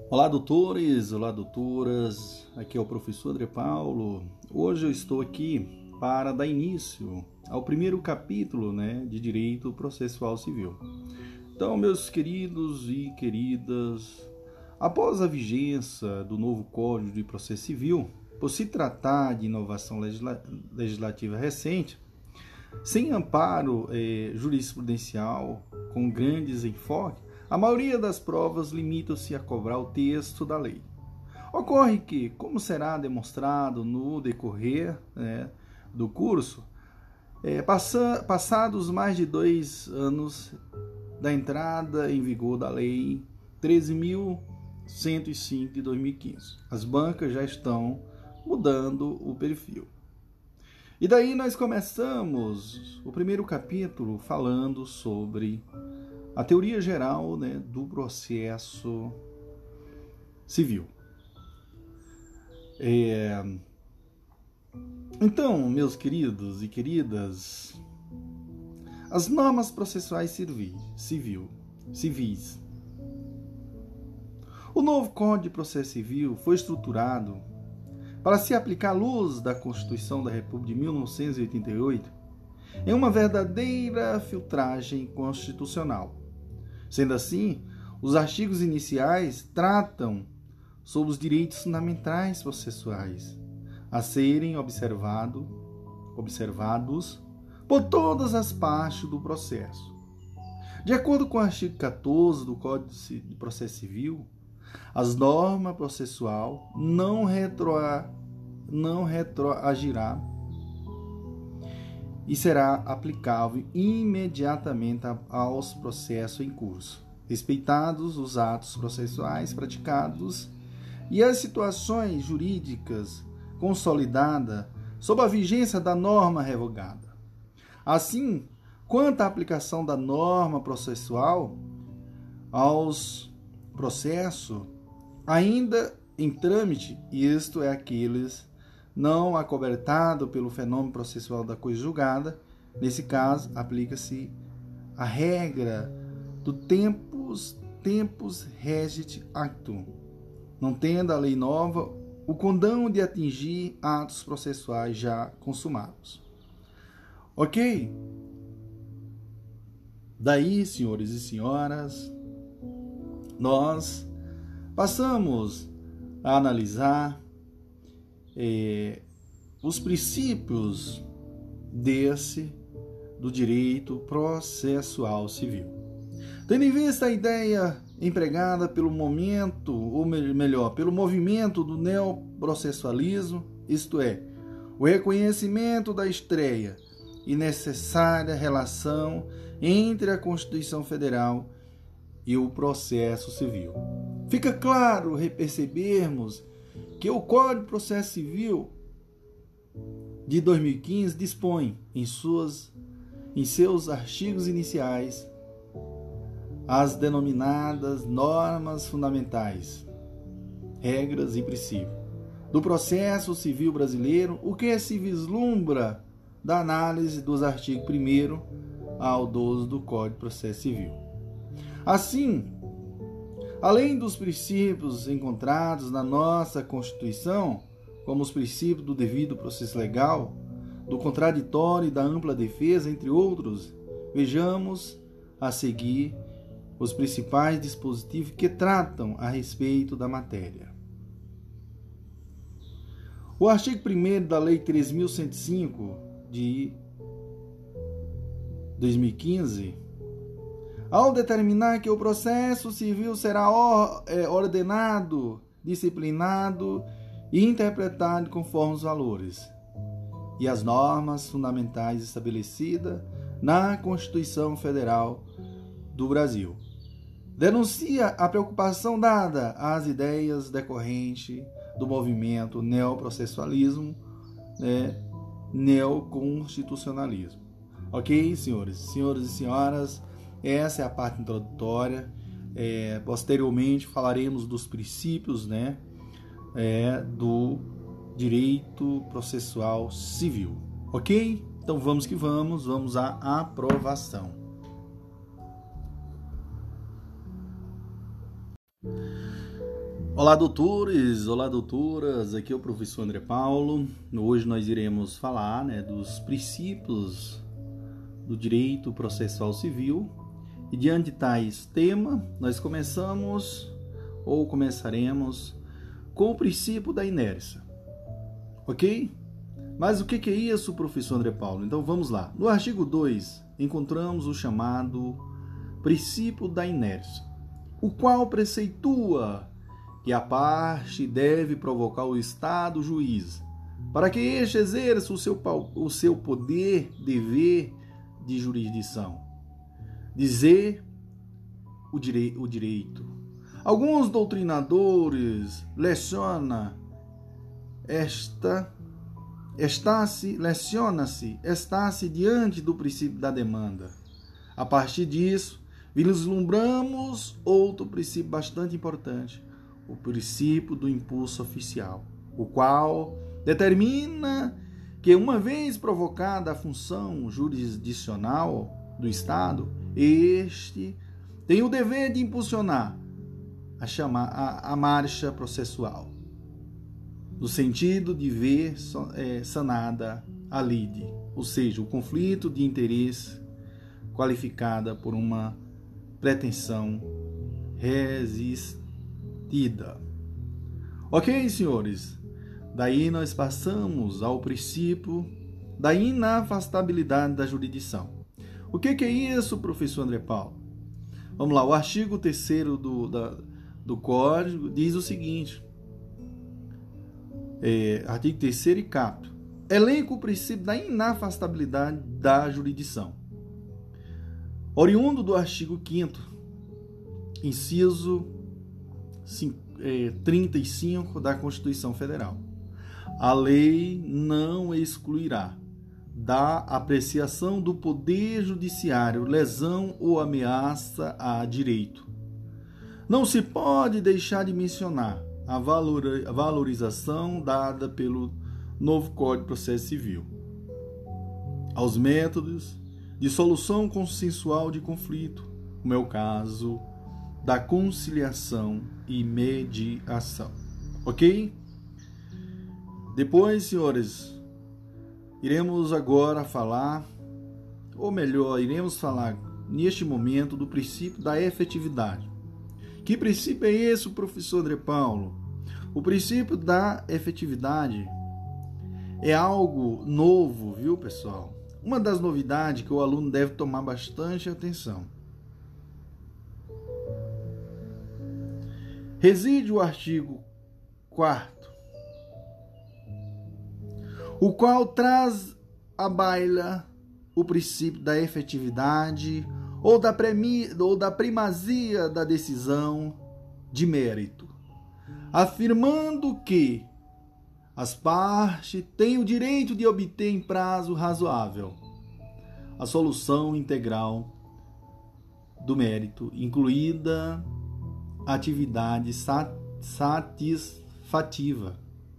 Olá, doutores, olá, doutoras, aqui é o professor André Paulo. Hoje eu estou aqui para dar início ao primeiro capítulo, de Direito Processual Civil. Então, meus queridos e queridas, após a vigência do novo Código de Processo Civil, por se tratar de inovação legislativa recente, sem amparo jurisprudencial, com grandes enfoques, a maioria das provas limita-se a cobrar o texto da lei. Ocorre que, como será demonstrado no decorrer do curso, passados mais de 2 anos da entrada em vigor da Lei 13.105 de 2015, as bancas já estão mudando o perfil. E daí nós começamos o primeiro capítulo falando sobre a teoria geral do processo civil. Então, meus queridos e queridas, as normas processuais civis. O novo Código de Processo Civil foi estruturado para se aplicar à luz da Constituição da República de 1988 em uma verdadeira filtragem constitucional. Sendo assim, os artigos iniciais tratam sobre os direitos fundamentais processuais a serem observados por todas as partes do processo. De acordo com o artigo 14 do Código de Processo Civil, as normas processual não retroagirá e será aplicável imediatamente aos processos em curso, respeitados os atos processuais praticados e as situações jurídicas consolidadas sob a vigência da norma revogada. Assim, quanto à aplicação da norma processual aos processos ainda em trâmite, isto é, aqueles não acobertado pelo fenômeno processual da coisa julgada, nesse caso, aplica-se a regra do tempus regit actum, não tendo a lei nova o condão de atingir atos processuais já consumados. Ok? Daí, senhores e senhoras, nós passamos a analisar os princípios do direito processual civil. Tendo em vista a ideia empregada pelo pelo movimento do neoprocessualismo, isto é, o reconhecimento da estreia e necessária relação entre a Constituição Federal e o processo civil. Fica claro percebermos que o Código de Processo Civil de 2015 dispõe em seus artigos iniciais as denominadas normas fundamentais, regras e princípios do processo civil brasileiro, o que se vislumbra da análise dos artigos 1º ao 12 do Código de Processo Civil. Assim, além dos princípios encontrados na nossa Constituição, como os princípios do devido processo legal, do contraditório e da ampla defesa, entre outros, vejamos a seguir os principais dispositivos que tratam a respeito da matéria. O artigo 1º da Lei 3.105 de 2015, ao determinar que o processo civil será ordenado, disciplinado e interpretado conforme os valores e as normas fundamentais estabelecidas na Constituição Federal do Brasil, denuncia a preocupação dada às ideias decorrentes do movimento neoprocessualismo, neoconstitucionalismo. Ok, senhores e senhoras? Essa é a parte introdutória. Posteriormente falaremos dos princípios do direito processual civil. Ok? Então vamos que vamos à aprovação. Olá, doutores! Olá, doutoras! Aqui é o professor André Paulo. Hoje nós iremos falar, dos princípios do direito processual civil. E diante de tais tema, nós começaremos com o princípio da inércia. Ok? Mas o que é isso, professor André Paulo? Então vamos lá. No artigo 2, encontramos o chamado princípio da inércia, o qual preceitua que a parte deve provocar o Estado juiz, para que este exerça o seu poder, dever de jurisdição, dizer o direito. Alguns doutrinadores lecionam está-se diante do princípio da demanda. A partir disso, vislumbramos outro princípio bastante importante, o princípio do impulso oficial, o qual determina que, uma vez provocada a função jurisdicional do Estado, este tem o dever de impulsionar a marcha processual, no sentido de ver sanada a lide, ou seja, o conflito de interesse qualificada por uma pretensão resistida. Ok, senhores? Daí nós passamos ao princípio da inafastabilidade da jurisdição. O que é isso, professor André Paulo? Vamos lá, o artigo 3º do Código diz o seguinte, artigo 3º e caput, elenca o princípio da inafastabilidade da jurisdição, oriundo do artigo 5º, inciso 35 da Constituição Federal. A lei não excluirá da apreciação do Poder Judiciário lesão ou ameaça a direito. Não se pode deixar de mencionar a valorização dada pelo novo Código de Processo Civil aos métodos de solução consensual de conflito, como é o caso da conciliação e mediação. Ok? Depois, senhores, iremos falar neste momento do princípio da efetividade. Que princípio é esse, professor André Paulo? O princípio da efetividade é algo novo, viu, pessoal? Uma das novidades que o aluno deve tomar bastante atenção. Reside o artigo 4º, o qual traz à baila o princípio da efetividade ou da primazia da decisão de mérito, afirmando que as partes têm o direito de obter em prazo razoável a solução integral do mérito, incluída atividade satisfativa.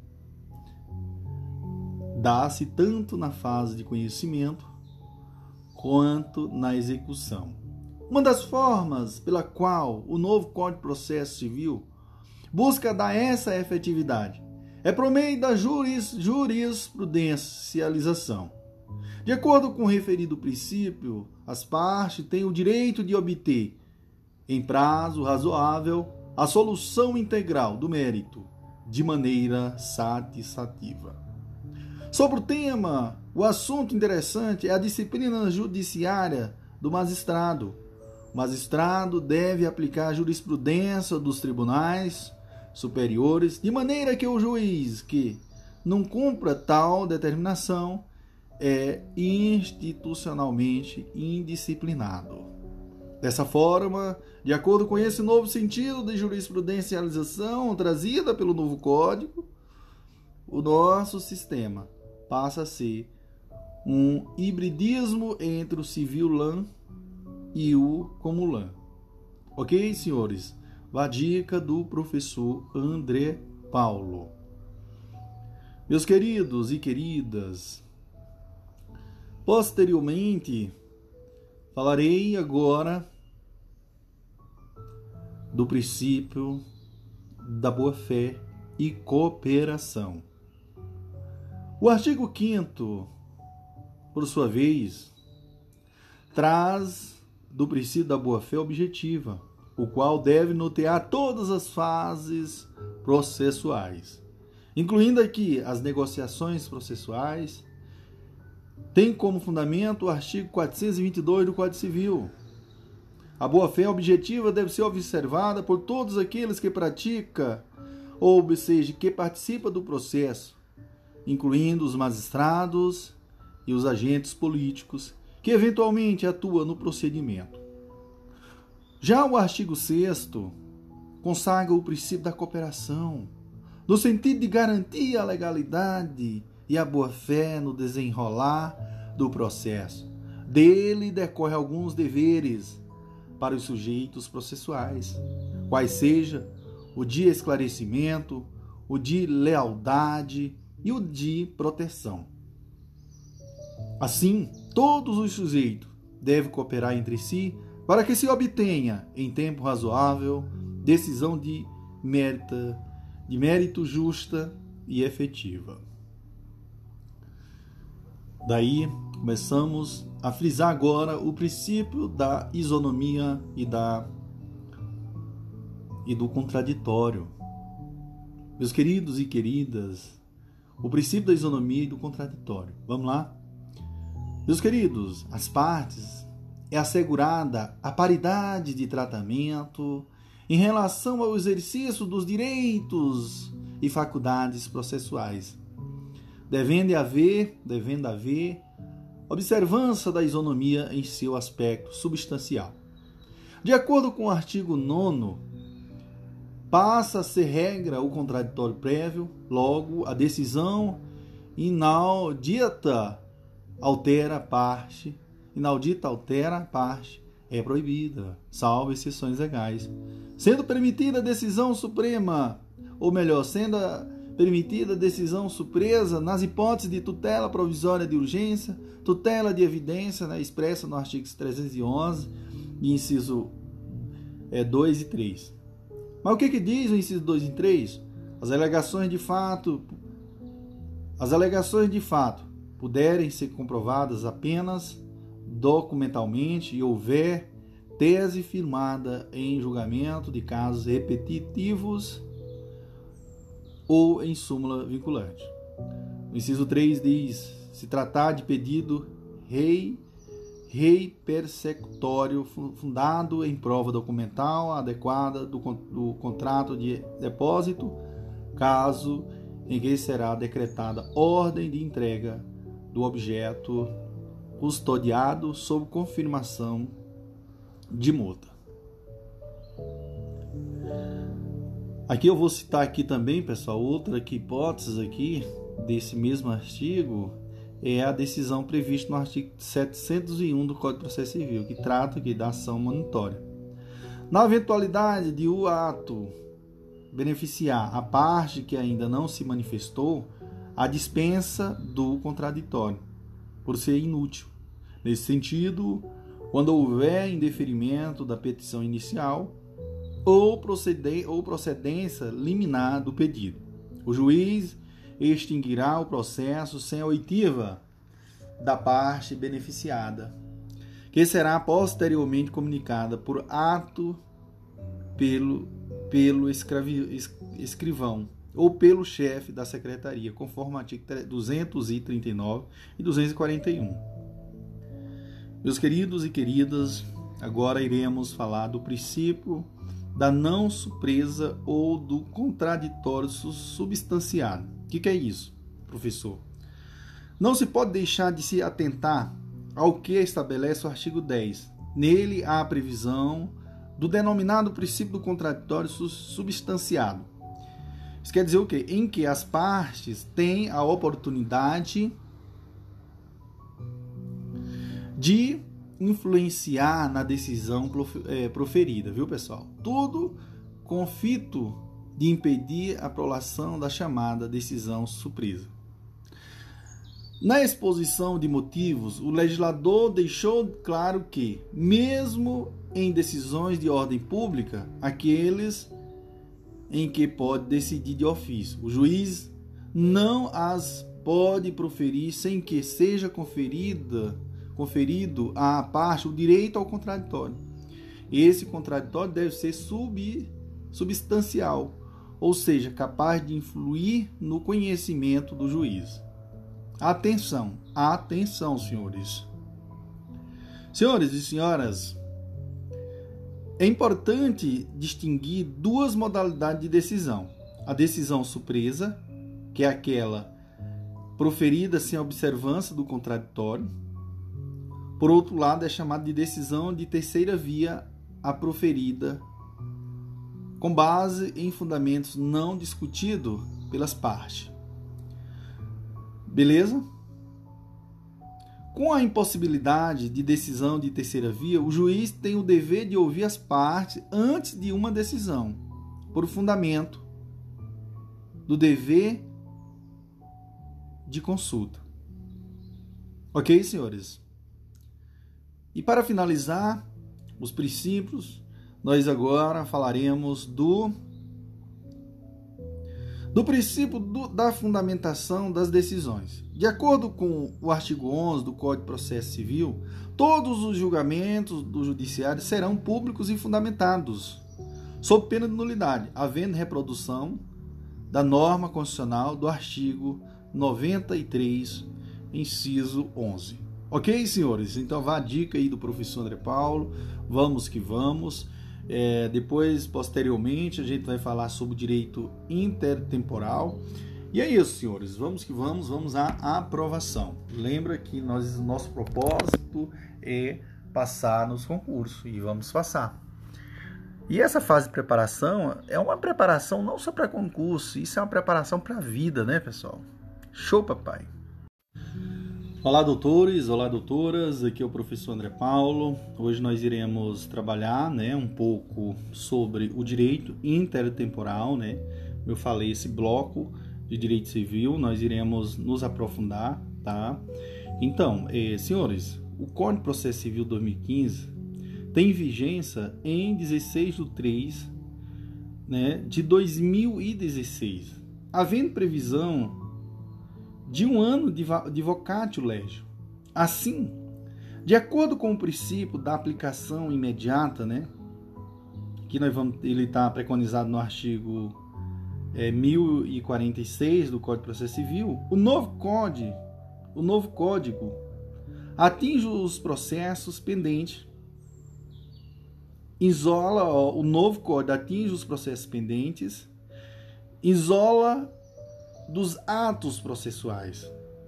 Dá-se tanto na fase de conhecimento quanto na execução. Uma das formas pela qual o novo Código de Processo Civil busca dar essa efetividade é por meio da jurisprudencialização. De acordo com o referido princípio, as partes têm o direito de obter, em prazo razoável, a solução integral do mérito, de maneira satisfativa. Sobre o tema, o assunto interessante é a disciplina judiciária do magistrado. O magistrado deve aplicar a jurisprudência dos tribunais superiores, de maneira que o juiz que não cumpra tal determinação é institucionalmente indisciplinado. Dessa forma, de acordo com esse novo sentido de jurisprudencialização trazida pelo novo Código, o nosso sistema passa a ser um hibridismo entre o civil LAN e o comum LAN. Ok, senhores? A dica do professor André Paulo. Meus queridos e queridas, posteriormente falarei agora do princípio da boa-fé e cooperação. O artigo 5º, por sua vez, traz do princípio da boa-fé objetiva, o qual deve nortear todas as fases processuais, incluindo aqui as negociações processuais. Tem como fundamento o artigo 422 do Código Civil. A boa-fé objetiva deve ser observada por todos aqueles que praticam, ou seja, que participam do processo, incluindo os magistrados e os agentes políticos que eventualmente atuam no procedimento. Já o artigo 6º consagra o princípio da cooperação, no sentido de garantir a legalidade e a boa-fé no desenrolar do processo. Dele decorre alguns deveres para os sujeitos processuais, quais seja o de esclarecimento, o de lealdade e o de proteção. Assim, todos os sujeitos devem cooperar entre si para que se obtenha, em tempo razoável, decisão de mérito justa e efetiva. Daí, começamos a frisar agora o princípio da isonomia e do contraditório. Meus queridos e queridas, o princípio da isonomia e do contraditório. Vamos lá? Meus queridos, as partes é assegurada a paridade de tratamento em relação ao exercício dos direitos e faculdades processuais, devendo haver observância da isonomia em seu aspecto substancial. De acordo com o artigo 9º, passa a ser regra o contraditório prévio, logo a decisão inaudita altera a parte, é proibida, salvo exceções legais. Sendo permitida a decisão suprema, ou melhor, sendo permitida a decisão surpresa nas hipóteses de tutela provisória de urgência, tutela de evidência, expressa no artigo 311, inciso 2 e 3. Mas o que diz o inciso 2 e 3? As alegações de fato puderem ser comprovadas apenas documentalmente e houver tese firmada em julgamento de casos repetitivos ou em súmula vinculante. O inciso 3 diz: se tratar de pedido rei persecutório fundado em prova documental adequada do contrato de depósito, caso em que será decretada ordem de entrega do objeto custodiado sob confirmação de multa. Aqui eu vou citar aqui também, pessoal, outra hipótese aqui desse mesmo artigo é a decisão prevista no artigo 701 do Código de Processo Civil, que trata aqui da ação monitória. Na eventualidade de o ato beneficiar a parte que ainda não se manifestou, a dispensa do contraditório, por ser inútil. Nesse sentido, quando houver indeferimento da petição inicial ou procedência liminar do pedido, o juiz extinguirá o processo sem a oitiva da parte beneficiada, que será posteriormente comunicada por ato pelo escrivão ou pelo chefe da secretaria, conforme o artigo 239 e 241. Meus queridos e queridas, agora iremos falar do princípio da não surpresa ou do contraditório substanciado. O que é isso, professor? Não se pode deixar de se atentar ao que estabelece o artigo 10. Nele há a previsão do denominado princípio do contraditório substanciado. Isso quer dizer o quê? Em que as partes têm a oportunidade de influenciar na decisão proferida, viu, pessoal? Tudo com o fito de impedir a prolação da chamada decisão surpresa. Na exposição de motivos, o legislador deixou claro que, mesmo em decisões de ordem pública, aqueles em que pode decidir de ofício. O juiz não as pode proferir sem que seja conferido à parte o direito ao contraditório. Esse contraditório deve ser substancial, ou seja, capaz de influir no conhecimento do juiz. Atenção, senhores. Senhores e senhoras, é importante distinguir duas modalidades de decisão. A decisão surpresa, que é aquela proferida sem observância do contraditório. Por outro lado, é chamada de decisão de terceira via, a proferida com base em fundamentos não discutidos pelas partes. Beleza? Com a impossibilidade de decisão de terceira via, o juiz tem o dever de ouvir as partes antes de uma decisão, por fundamento do dever de consulta. Ok, senhores? E para finalizar os princípios, nós agora falaremos do princípio da fundamentação das decisões. De acordo com o artigo 11 do Código de Processo Civil, todos os julgamentos do judiciário serão públicos e fundamentados, sob pena de nulidade, havendo reprodução da norma constitucional do artigo 93, inciso 11. Ok, senhores? Então, vá a dica aí do professor André Paulo. Vamos que vamos. Depois, posteriormente, a gente vai falar sobre o direito intertemporal. E é isso, senhores. Vamos que vamos. Vamos à aprovação. Lembra que nosso propósito é passar nos concursos. E vamos passar. E essa fase de preparação é uma preparação não só para concurso. Isso é uma preparação para a vida, né, pessoal? Show, papai! Olá, doutores, olá, doutoras, aqui é o professor André Paulo. Hoje nós iremos trabalhar, um pouco sobre o direito intertemporal, Como eu falei, esse bloco de direito civil, nós iremos nos aprofundar, tá? Então, senhores, o Código de Processo Civil 2015 tem vigência em 16/3, de 2016, havendo previsão de um ano de vacatio legis. Assim, de acordo com o princípio da aplicação imediata, que ele está preconizado no artigo 1046 do Código de Processo Civil, o novo código atinge os processos pendentes, o novo código atinge os processos pendentes, isola dos atos processuais,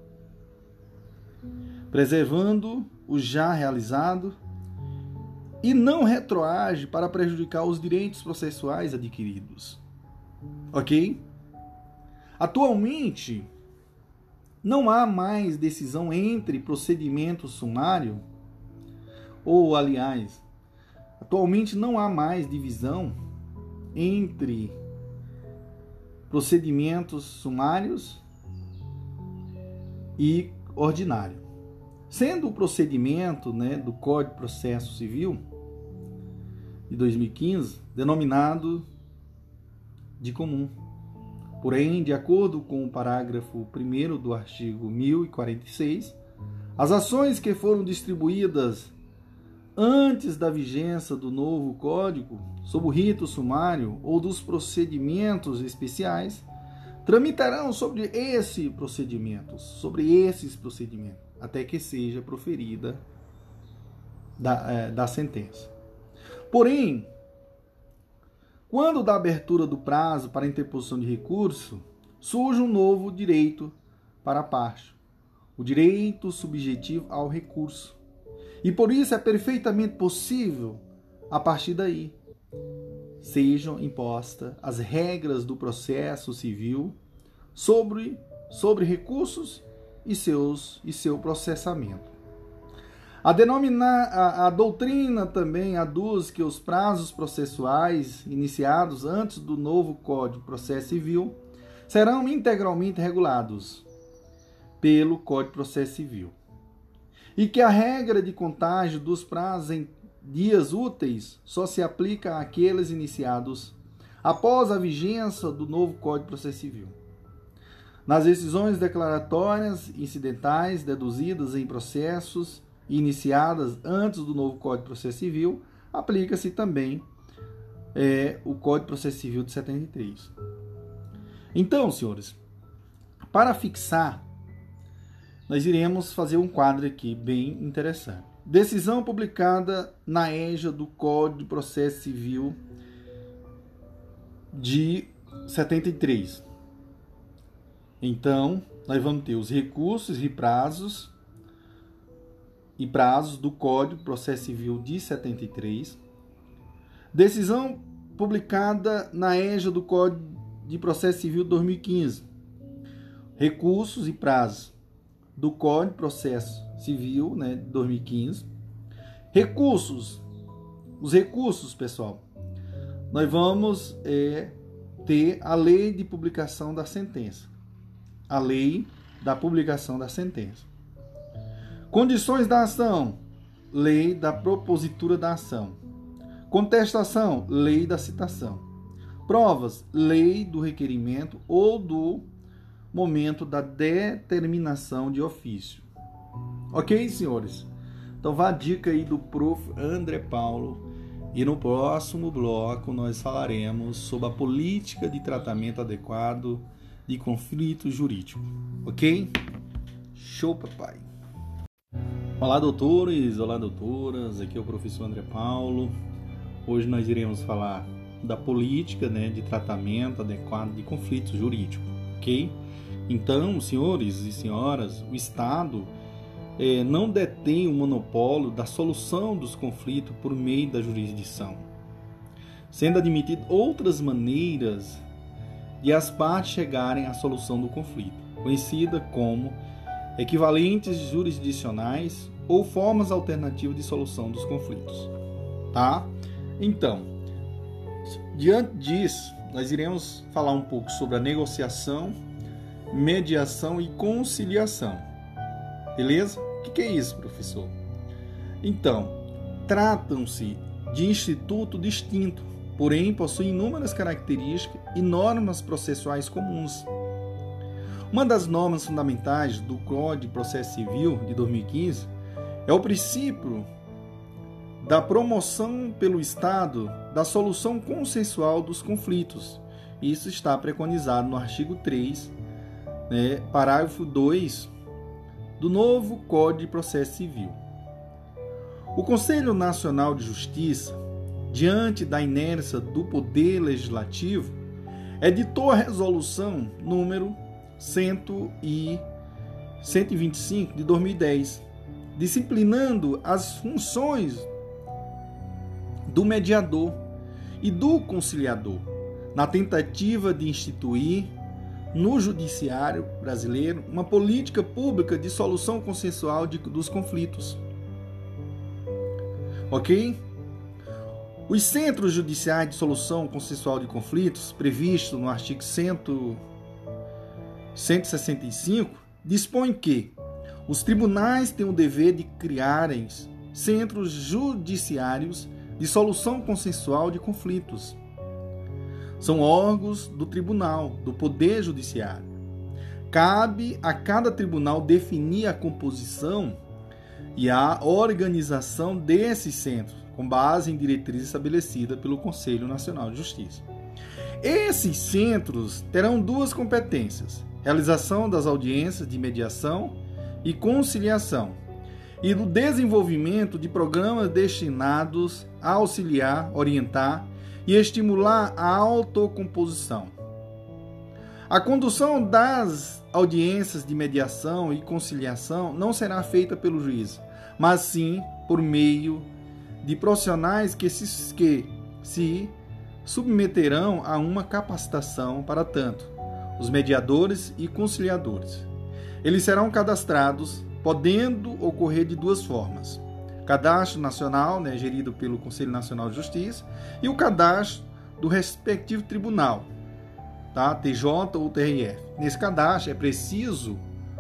preservando o já realizado e não retroage para prejudicar os direitos processuais adquiridos. Ok? Atualmente, não há mais decisão entre procedimento sumário atualmente não há mais divisão entre procedimentos sumários e ordinário. Sendo o procedimento do Código de Processo Civil de 2015 denominado de comum. Porém, de acordo com o parágrafo 1º do artigo 1046, as ações que foram distribuídas antes da vigência do novo Código, sob o rito sumário ou dos procedimentos especiais, tramitarão sobre esses procedimentos, até que seja proferida da sentença. Porém, quando da abertura do prazo para interposição de recurso, surge um novo direito para a parte, o direito subjetivo ao recurso. E por isso é perfeitamente possível, a partir daí, sejam impostas as regras do processo civil sobre recursos e seu processamento. A doutrina também aduz que os prazos processuais iniciados antes do novo Código de Processo Civil serão integralmente regulados pelo Código de Processo Civil. E que a regra de contágio dos prazos em dias úteis só se aplica àqueles iniciados após a vigência do novo Código de Processo Civil. Nas decisões declaratórias incidentais deduzidas em processos iniciadas antes do novo Código de Processo Civil, aplica-se também o Código de Processo Civil de 73. Então, senhores, para fixar, nós iremos fazer um quadro aqui bem interessante. Decisão publicada na égide do Código de Processo Civil de 73. Então, nós vamos ter os recursos e prazos do Código de Processo Civil de 73. Decisão publicada na égide do Código de Processo Civil de 2015. Recursos e prazos do Código de Processo Civil, de 2015. Os recursos, pessoal. Nós vamos ter a lei de publicação da sentença. A lei da publicação da sentença. Condições da ação. Lei da propositura da ação. Contestação. Lei da citação. Provas. Lei do requerimento ou do momento da determinação de ofício. Ok, senhores? Então, vá a dica aí do prof. André Paulo. E no próximo bloco nós falaremos sobre a política de tratamento adequado de conflito jurídico. Ok? Show, papai! Olá, doutores! Olá, doutoras! Aqui é o professor André Paulo. Hoje nós iremos falar da política, de tratamento adequado de conflito jurídico. Ok? Então, senhores e senhoras, o Estado não detém o monopólio da solução dos conflitos por meio da jurisdição, sendo admitido outras maneiras de as partes chegarem à solução do conflito, conhecida como equivalentes jurisdicionais ou formas alternativas de solução dos conflitos. Tá? Então, diante disso, nós iremos falar um pouco sobre a negociação, mediação e conciliação. Beleza? O que é isso, professor? Então, tratam-se de instituto distinto, porém possuem inúmeras características e normas processuais comuns. Uma das normas fundamentais do Código de Processo Civil de 2015 é o princípio da promoção pelo Estado da solução consensual dos conflitos. Isso está preconizado no artigo 3, parágrafo 2 do novo Código de Processo Civil. O Conselho Nacional de Justiça, diante da inércia do Poder Legislativo, editou a resolução número 125 de 2010, disciplinando as funções do mediador e do conciliador, na tentativa de instituir no judiciário brasileiro uma política pública de solução consensual dos conflitos. Ok? Os centros judiciais de solução consensual de conflitos, previsto no artigo 165, dispõe que os tribunais têm o dever de criarem centros judiciários de solução consensual de conflitos. São órgãos do tribunal, do Poder Judiciário. Cabe a cada tribunal definir a composição e a organização desses centros, com base em diretrizes estabelecidas pelo Conselho Nacional de Justiça. Esses centros terão duas competências: realização das audiências de mediação e conciliação, e do desenvolvimento de programas destinados a auxiliar, orientar e estimular a autocomposição. A condução das audiências de mediação e conciliação não será feita pelo juiz, mas sim por meio de profissionais que se submeterão a uma capacitação para tanto, os mediadores e conciliadores. Eles serão cadastrados, podendo ocorrer de duas formas: cadastro nacional, gerido pelo Conselho Nacional de Justiça, e o cadastro do respectivo tribunal, tá? TJ ou TRF. Nesse cadastro é preciso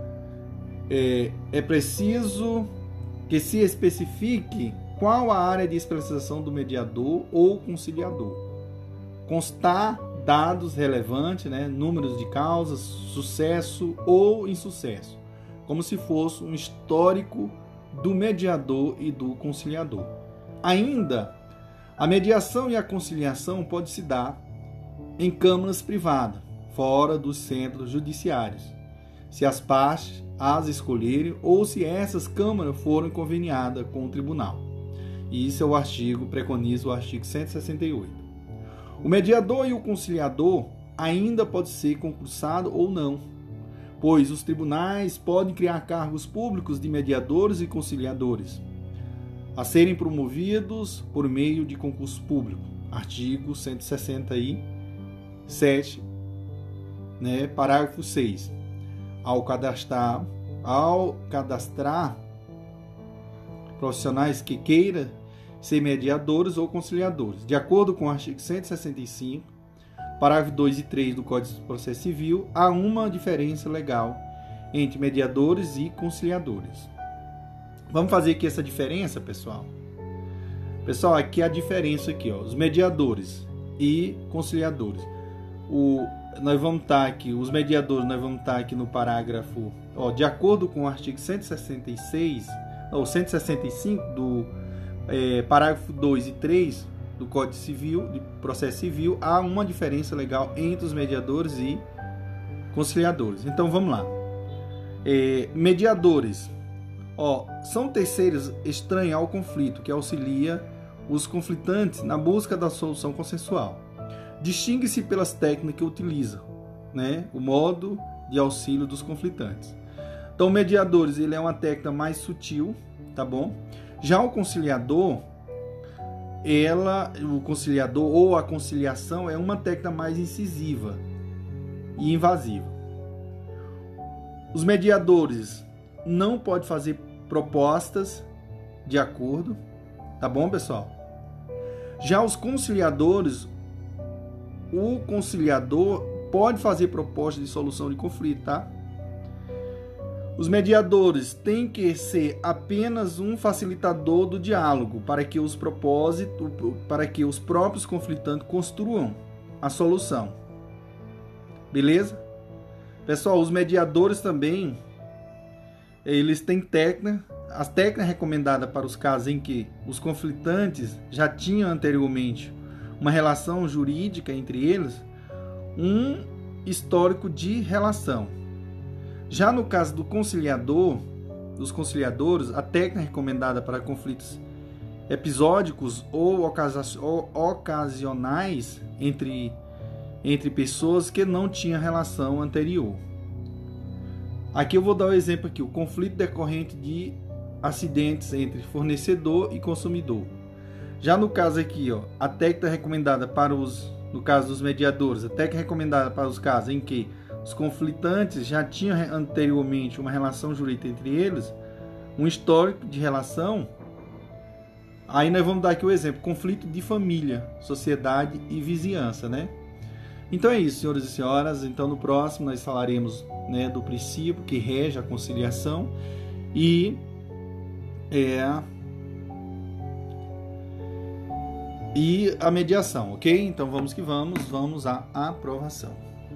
que se especifique qual a área de especialização do mediador ou conciliador. constar dados relevantes, né, números de causas, sucesso ou insucesso, como se fosse um histórico do mediador e do conciliador. Ainda, a mediação e a conciliação pode se dar em câmaras privadas, fora dos centros judiciários, se as partes as escolherem ou se essas câmaras forem conveniadas com o tribunal. E isso é o artigo, preconiza o artigo 168. O mediador e o conciliador ainda pode ser concursado ou não, pois os tribunais podem criar cargos públicos de mediadores e conciliadores, a serem promovidos por meio de concurso público. Artigo 167, né, parágrafo 6. Ao cadastrar profissionais que queiram ser mediadores ou conciliadores. De acordo com o artigo 165, parágrafo 2 e 3 do Código de Processo Civil, há uma diferença legal entre mediadores e conciliadores. Vamos fazer aqui essa diferença, pessoal? Pessoal, aqui a diferença aqui, ó, os mediadores e conciliadores. Nós vamos estar aqui, os mediadores, nós vamos estar aqui no parágrafo, ó, de acordo com o artigo 166, ou 165 do parágrafo 2 e 3 do Código Civil, de Processo Civil, há uma diferença legal entre os mediadores e conciliadores. Então vamos lá. Mediadores, ó, são terceiros estranhos ao conflito, que auxilia os conflitantes na busca da solução consensual. Distingue-se pelas técnicas que utiliza, né, o modo de auxílio dos conflitantes. Então, mediadores, ele é uma técnica mais sutil, tá bom? Já o conciliador, o conciliador ou a conciliação é uma técnica mais incisiva e invasiva. Os mediadores não podem fazer propostas de acordo, tá bom, pessoal? Já os conciliadores, o conciliador pode fazer proposta de solução de conflito, tá? Os mediadores têm que ser apenas um facilitador do diálogo para que os próprios conflitantes construam a solução. Beleza? Pessoal, os mediadores também, eles têm técnica, as técnicas recomendadas para os casos em que os conflitantes já tinham anteriormente uma relação jurídica entre eles, um histórico de relação. Já no caso do conciliador, dos conciliadores, a técnica recomendada para conflitos episódicos ou ocasionais entre pessoas que não tinham relação anterior. Aqui eu vou dar um exemplo aqui, o conflito decorrente de acidentes entre fornecedor e consumidor. Já no caso aqui, ó, a técnica recomendada no caso dos mediadores, a técnica recomendada para os casos em que os conflitantes já tinham anteriormente uma relação jurídica entre eles, um histórico de relação. Aí nós vamos dar aqui o exemplo, conflito de família, sociedade e vizinhança, né? Então é isso, senhores e senhoras. Então no próximo nós falaremos, né, do princípio que rege a conciliação e a mediação, ok? Então vamos que vamos à aprovação.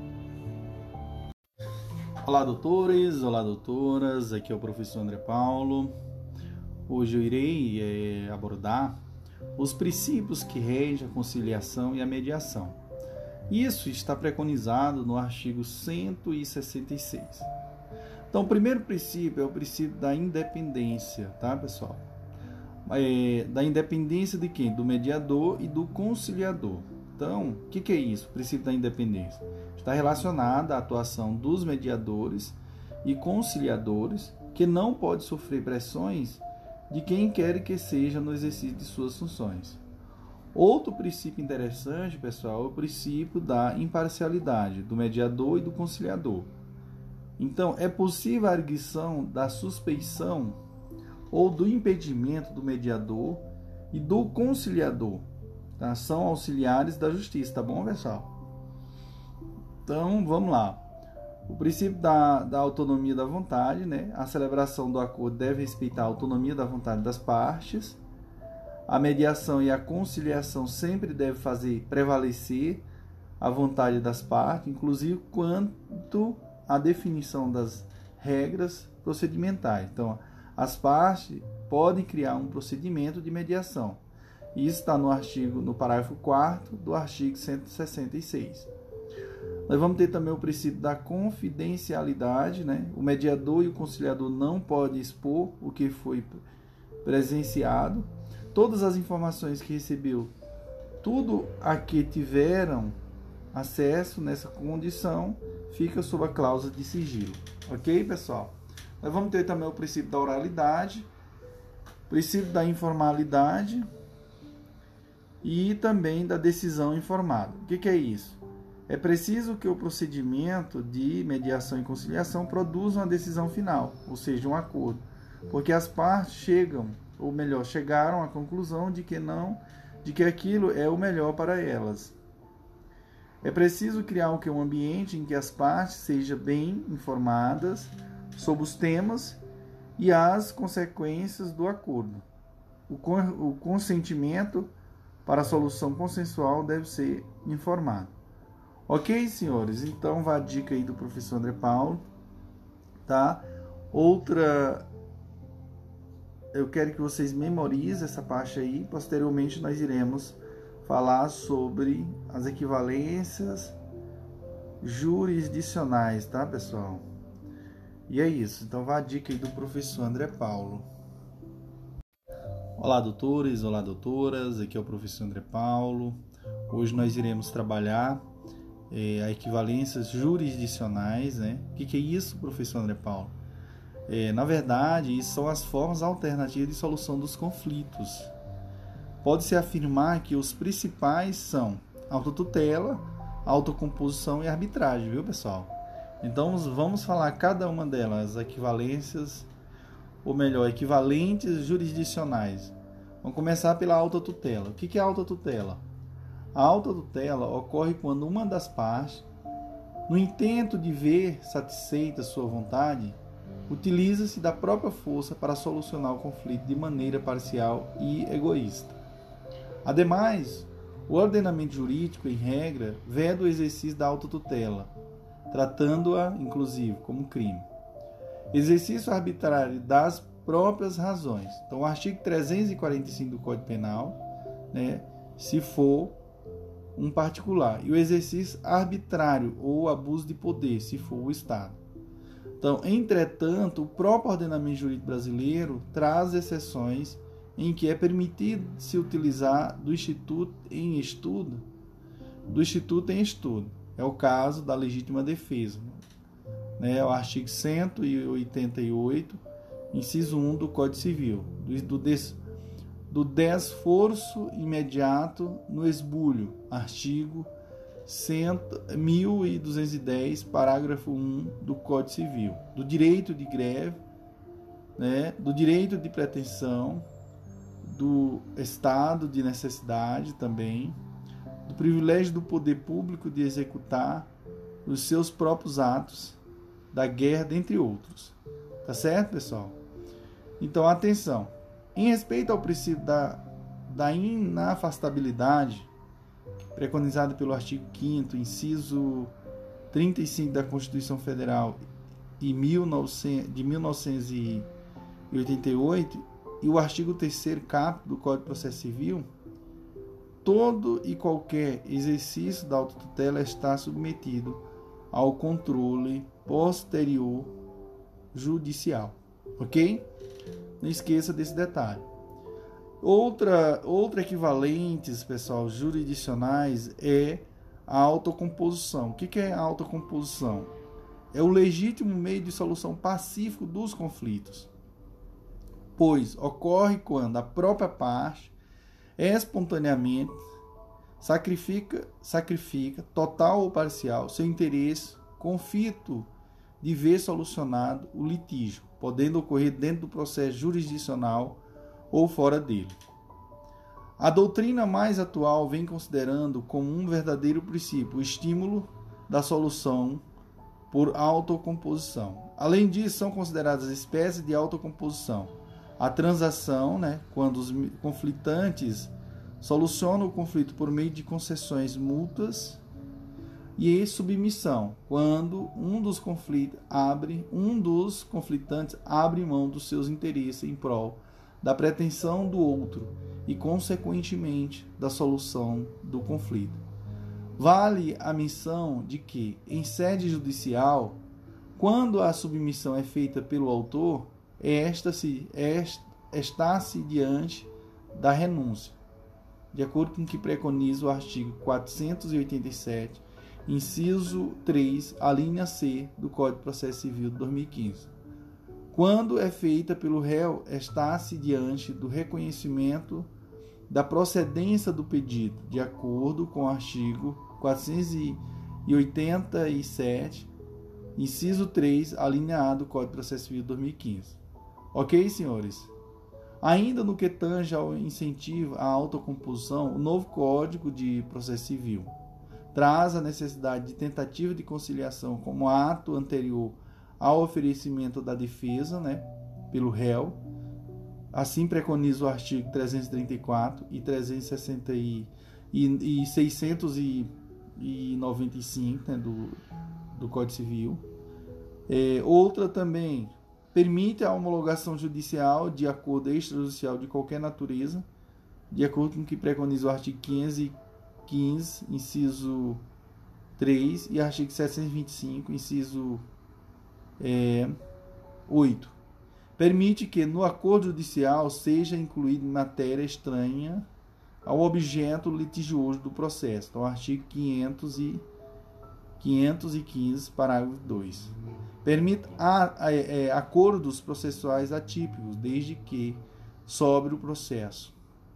Olá, doutores, olá, doutoras, aqui é o professor André Paulo. Hoje eu irei abordar os princípios que regem a conciliação e a mediação. Isso está preconizado no artigo 166. Então, o primeiro princípio é o princípio da independência, tá, pessoal? Da independência de quem? Do mediador e do conciliador. Então, o que é isso? O princípio da independência está relacionado à atuação dos mediadores e conciliadores, que não pode sofrer pressões de quem quer que seja no exercício de suas funções. Outro princípio interessante, pessoal, é o princípio da imparcialidade do mediador e do conciliador. Então, é possível a arguição da suspeição ou do impedimento do mediador e do conciliador, tá? São auxiliares da justiça, tá bom, pessoal? Então, vamos lá. O princípio da autonomia da vontade, né? A celebração do acordo deve respeitar a autonomia da vontade das partes. A mediação e a conciliação sempre devem fazer prevalecer a vontade das partes, inclusive quanto à definição das regras procedimentais. Então, as partes podem criar um procedimento de mediação. Isso está no parágrafo 4º do artigo 166. Nós vamos ter também o princípio da confidencialidade, né? O mediador e o conciliador não podem expor o que foi presenciado. Todas as informações que recebeu, tudo a que tiveram acesso nessa condição, fica sob a cláusula de sigilo. Ok, pessoal? Nós vamos ter também o princípio da oralidade, princípio da informalidade e também da decisão informada. O que é isso? É preciso que o procedimento de mediação e conciliação produza uma decisão final, ou seja, um acordo, porque as partes chegaram à conclusão de que aquilo é o melhor para elas. É preciso criar um ambiente em que as partes sejam bem informadas sobre os temas e as consequências do acordo. O consentimento para a solução consensual deve ser informado. Ok, senhores? Então, vá a dica aí do professor André Paulo, tá? Eu quero que vocês memorizem essa parte aí. Posteriormente, nós iremos falar sobre as equivalências jurisdicionais, tá, pessoal? E é isso. Então, vá a dica aí do professor André Paulo. Olá, doutores, olá, doutoras. Aqui é o professor André Paulo. Hoje nós iremos trabalhar a equivalências jurisdicionais, né? O que é isso, professor André Paulo? Na verdade, isso são as formas alternativas de solução dos conflitos. Pode-se afirmar que os principais são autotutela, autocomposição e arbitragem, viu, pessoal? Então, vamos falar cada uma delas, equivalências, ou melhor, equivalentes jurisdicionais. Vamos começar pela autotutela. O que é autotutela? A autotutela ocorre quando uma das partes, no intento de ver satisfeita sua vontade, utiliza-se da própria força para solucionar o conflito de maneira parcial e egoísta. Ademais, o ordenamento jurídico, em regra, veda o exercício da autotutela, tratando-a, inclusive, como crime. Exercício arbitrário das próprias razões. Então, o artigo 345 do Código Penal, né, se for um particular, e o exercício arbitrário ou abuso de poder, se for o Estado. Então, entretanto, o próprio ordenamento jurídico brasileiro traz exceções em que é permitido se utilizar do instituto em estudo. É o caso da legítima defesa, né? O artigo 188, inciso 1 do Código Civil, do desforço imediato no esbulho, artigo 1210, parágrafo 1 do Código Civil, do direito de greve, né, do direito de pretensão, do estado de necessidade também, do privilégio do poder público de executar os seus próprios atos, da guerra, dentre outros. Tá certo, pessoal? Então, atenção. Em respeito ao princípio da inafastabilidade, preconizado pelo artigo 5º, inciso 35 da Constituição Federal de 1988, e o artigo 3º caput do Código de Processo Civil, todo e qualquer exercício da autotutela está submetido ao controle posterior judicial. Ok? Não esqueça desse detalhe. Outra equivalentes, pessoal, jurisdicionais é a autocomposição. O que é a autocomposição? É o legítimo meio de solução pacífico dos conflitos, pois ocorre quando a própria parte espontaneamente sacrifica, total ou parcial, seu interesse com o fito de ver solucionado o litígio, podendo ocorrer dentro do processo jurisdicional ou fora dele. A doutrina mais atual vem considerando como um verdadeiro princípio o estímulo da solução por autocomposição. Além disso, são consideradas espécies de autocomposição A transação, né, quando os conflitantes solucionam o conflito por meio de concessões mútuas. E submissão, quando um dos conflitantes abre mão dos seus interesses em prol da pretensão do outro e, consequentemente, da solução do conflito. Vale a menção de que, em sede judicial, quando a submissão é feita pelo autor, está-se diante da renúncia, de acordo com o que preconiza o artigo 487, inciso 3, a linha C do Código de Processo Civil de 2015. Quando é feita pelo réu, está-se diante do reconhecimento da procedência do pedido, de acordo com o artigo 487, inciso 3, a linha A do Código de Processo Civil de 2015. Ok, senhores? Ainda no que tange ao incentivo à autocomposição, o novo Código de Processo Civil traz a necessidade de tentativa de conciliação como ato anterior ao oferecimento da defesa, né, pelo réu. Assim preconiza o artigo 334 e 695, né, do Código Civil. Outra também permite a homologação judicial de acordo extrajudicial de qualquer natureza, de acordo com o que preconiza o artigo 515, inciso 3, e artigo 725, inciso 8. Permite que no acordo judicial seja incluída matéria estranha ao objeto litigioso do processo. Então, artigo 515, parágrafo 2. Permite acordos processuais atípicos, desde que sobre o processo.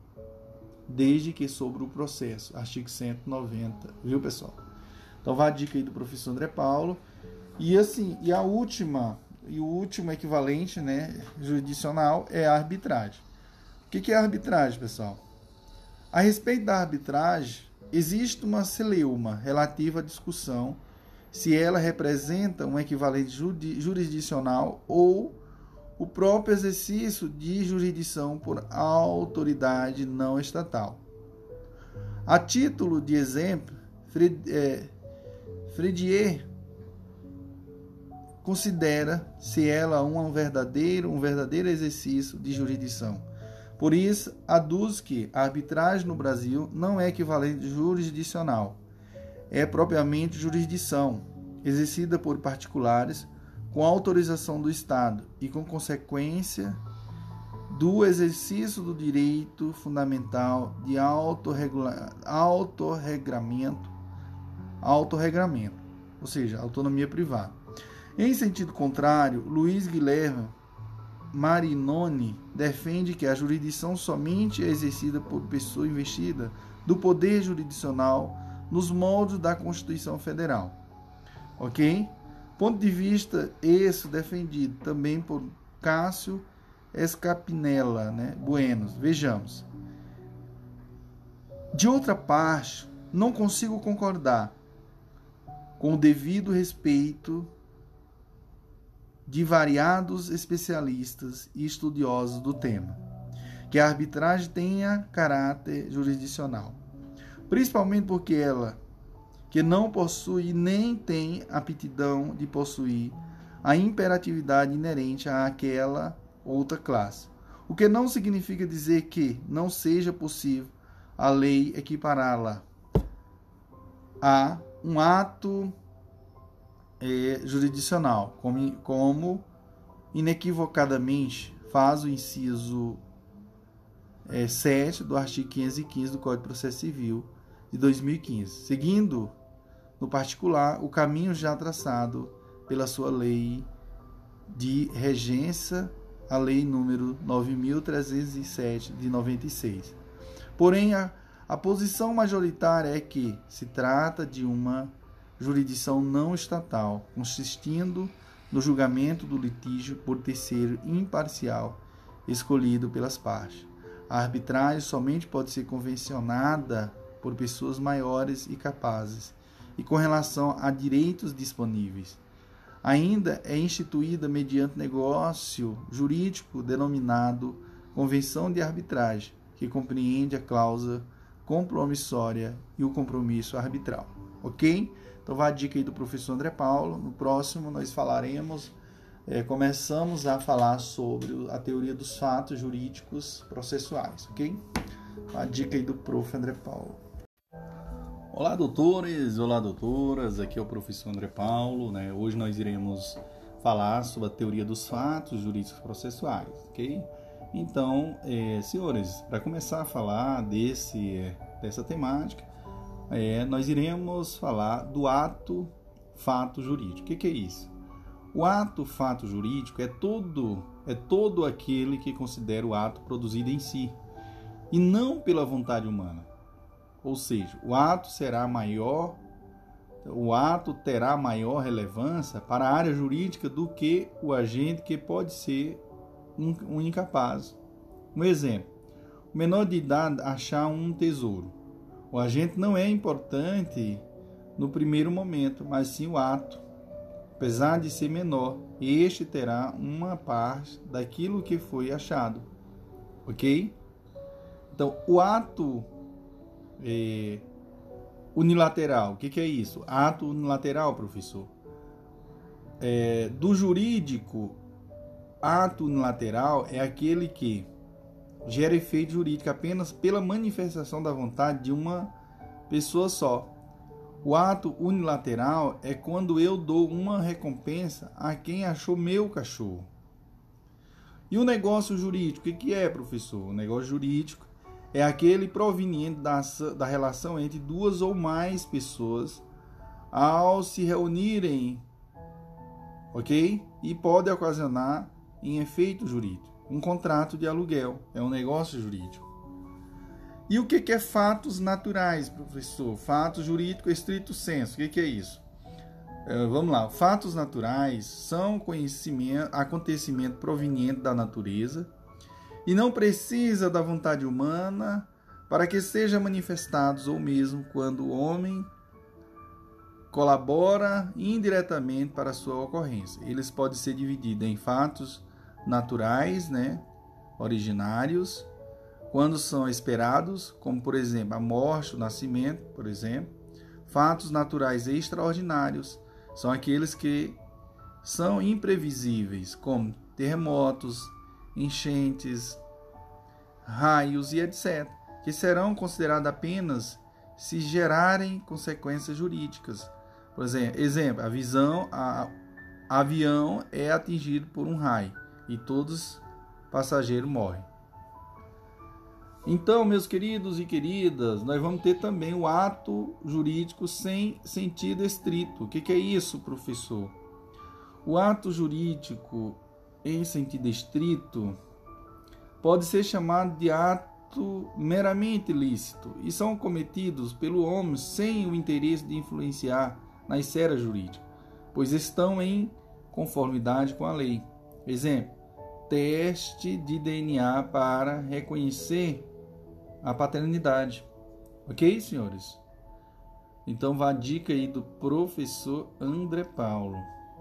Artigo 190, viu, pessoal? Então, vai a dica aí do professor André Paulo. E assim, o último equivalente, né, jurisdicional é a arbitragem. O que é a arbitragem, pessoal? A respeito da arbitragem, existe uma celeuma relativa à discussão se ela representa um equivalente jurisdicional ou o próprio exercício de jurisdição por autoridade não estatal. A título de exemplo, Fredier considera se ela um verdadeiro exercício de jurisdição. Por isso, aduz que a arbitragem no Brasil não é equivalente jurisdicional, é propriamente jurisdição, exercida por particulares com autorização do Estado e com consequência do exercício do direito fundamental de autorregramento, ou seja, autonomia privada. Em sentido contrário, Luiz Guilherme Marinoni defende que a jurisdição somente é exercida por pessoa investida do poder jurisdicional nos moldes da Constituição Federal. Ok? Ponto de vista esse defendido também por Cássio Escapinella, né? Buenos. Vejamos. De outra parte, não consigo concordar com o devido respeito de variados especialistas e estudiosos do tema, que a arbitragem tenha caráter jurisdicional, principalmente porque ela, que não possui nem tem aptidão de possuir a imperatividade inerente àquela outra classe, o que não significa dizer que não seja possível a lei equipará-la a um ato jurisdicional, como inequivocadamente faz o inciso 7 do artigo 515 do Código de Processo Civil de 2015, seguindo, no particular, o caminho já traçado pela sua lei de regência, a lei número 9.307 de 96. Porém, a posição majoritária é que se trata de uma jurisdição não estatal, consistindo no julgamento do litígio por terceiro imparcial, escolhido pelas partes. A arbitragem somente pode ser convencionada por pessoas maiores e capazes, e com relação a direitos disponíveis. ainda é instituída mediante negócio jurídico denominado convenção de arbitragem, que compreende a cláusula compromissória e o compromisso arbitral. Ok? Então, vai a dica aí do professor André Paulo. No próximo, nós começamos a falar sobre a teoria dos fatos jurídicos processuais. Ok? A dica aí do prof. André Paulo. Olá, doutores, olá, doutoras, aqui é o professor André Paulo, né? Hoje nós iremos falar sobre a teoria dos fatos jurídicos processuais, ok? Então, senhores, para começar a falar dessa temática, nós iremos falar do ato fato jurídico. O que é isso? O ato fato jurídico é todo aquele que considera o ato produzido em si, e não pela vontade humana. Ou seja, o ato terá maior relevância para a área jurídica do que o agente, que pode ser um incapaz. Um exemplo: o menor de idade achar um tesouro. O agente não é importante no primeiro momento, mas sim o ato. Apesar de ser menor, este terá uma parte daquilo que foi achado. Ok? Então, o ato unilateral, o que é isso? Ato unilateral, professor. Do jurídico, ato unilateral é aquele que gera efeito jurídico apenas pela manifestação da vontade de uma pessoa só. O ato unilateral é quando eu dou uma recompensa a quem achou meu cachorro. E o negócio jurídico, o que é, professor? O negócio jurídico é aquele proveniente da relação entre duas ou mais pessoas ao se reunirem, ok? E pode ocasionar em efeito jurídico. Um contrato de aluguel é um negócio jurídico. E o que é fatos naturais, professor? Fatos jurídico estrito sensu. O que é isso? Vamos lá. Fatos naturais são acontecimento proveniente da natureza e não precisa da vontade humana para que sejam manifestados, ou mesmo quando o homem colabora indiretamente para a sua ocorrência. Eles podem ser divididos em fatos naturais, originários, quando são esperados, como por exemplo a morte, o nascimento, por exemplo. Fatos naturais extraordinários são aqueles que são imprevisíveis, como terremotos, enchentes, raios e etc., que serão considerados apenas se gerarem consequências jurídicas. Por exemplo, avião é atingido por um raio e todos os passageiros morrem. Então, meus queridos e queridas, nós vamos ter também o ato jurídico sem sentido estrito. O que é isso, professor? O ato jurídico em sentido estrito pode ser chamado de ato meramente lícito e são cometidos pelo homem sem o interesse de influenciar na esfera jurídica, pois estão em conformidade com a lei. Exemplo: teste de DNA para reconhecer a paternidade. Ok, senhores? Então, vá a dica aí do professor André Paulo.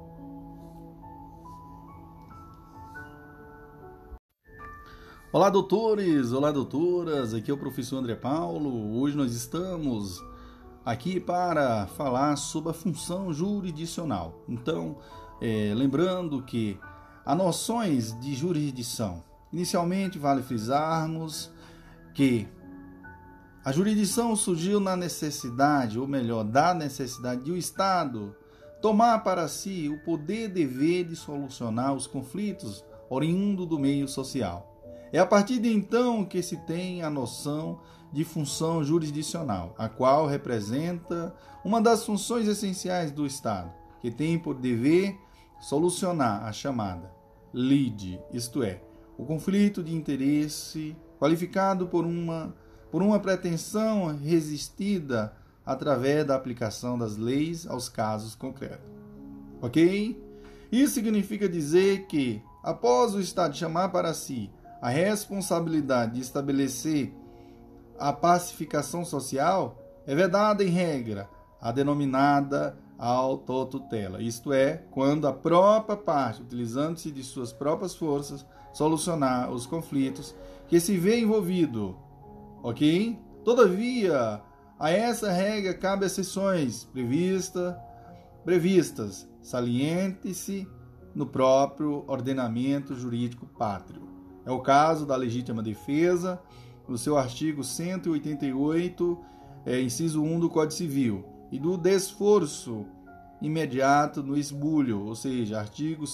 Olá, doutores! Olá, doutoras! Aqui é o professor André Paulo. Hoje nós estamos aqui para falar sobre a função jurisdicional. Então, lembrando que há noções de jurisdição. Inicialmente, vale frisarmos que a jurisdição surgiu da necessidade de o Estado tomar para si o poder e dever de solucionar os conflitos oriundos do meio social. É a partir de então que se tem a noção de função jurisdicional, a qual representa uma das funções essenciais do Estado, que tem por dever solucionar a chamada lide, isto é, o conflito de interesse qualificado por uma pretensão resistida através da aplicação das leis aos casos concretos. Ok? Isso significa dizer que, após o Estado chamar para si a responsabilidade de estabelecer a pacificação social, é vedada em regra a denominada autotutela. Isto é, quando a própria parte, utilizando-se de suas próprias forças, solucionar os conflitos que se vê envolvido. Ok? Todavia, a essa regra cabe exceções previstas, saliente-se no próprio ordenamento jurídico pátrio. É o caso da legítima defesa, no seu artigo 188, inciso 1 do Código Civil, e do desforço imediato no esbulho, ou seja, artigo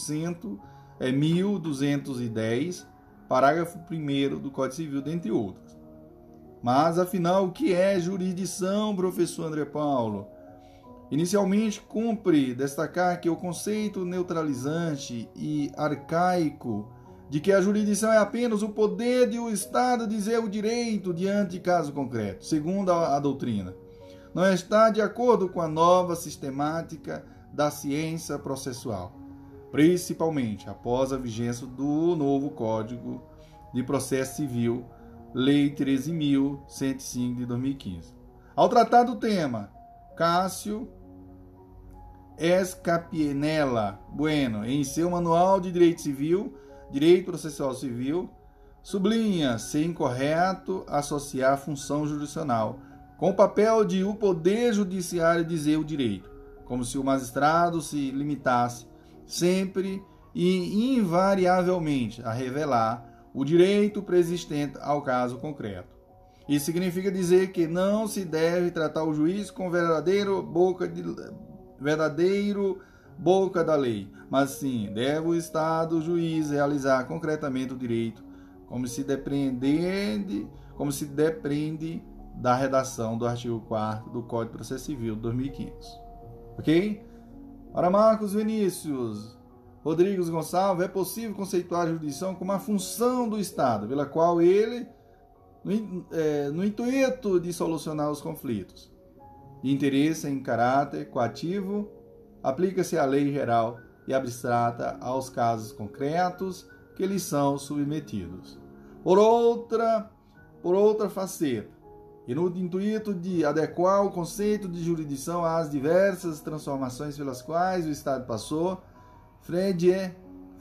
1210, parágrafo 1º do Código Civil, dentre outros. Mas, afinal, o que é jurisdição, professor André Paulo? Inicialmente, cumpre destacar que o conceito neutralizante e arcaico de que a jurisdição é apenas o poder de o Estado dizer o direito diante de caso concreto, segundo a doutrina, não está de acordo com a nova sistemática da ciência processual, principalmente após a vigência do novo Código de Processo Civil, Lei 13.105 de 2015. Ao tratar do tema, Cássio Escapienella Bueno, em seu Manual de Direito Civil, Direito Processual Civil, sublinha ser incorreto associar a função jurisdicional com o papel de o Poder Judiciário dizer o direito, como se o magistrado se limitasse sempre e invariavelmente a revelar o direito preexistente ao caso concreto. Isso significa dizer que não se deve tratar o juiz com verdadeiro boca da lei, mas sim deve o Estado, o juiz, realizar concretamente o direito, como se depreende da redação do artigo 4º do Código de Processo Civil de 2015. Ok? Para Marcos Vinícius Rodrigues Gonçalves, é possível conceituar a jurisdição como a função do Estado, pela qual ele, no intuito de solucionar os conflitos de interesse em caráter coativo, aplica-se a lei geral e abstrata aos casos concretos que lhes são submetidos. Por outra faceta, e no intuito de adequar o conceito de jurisdição às diversas transformações pelas quais o Estado passou, Fredier,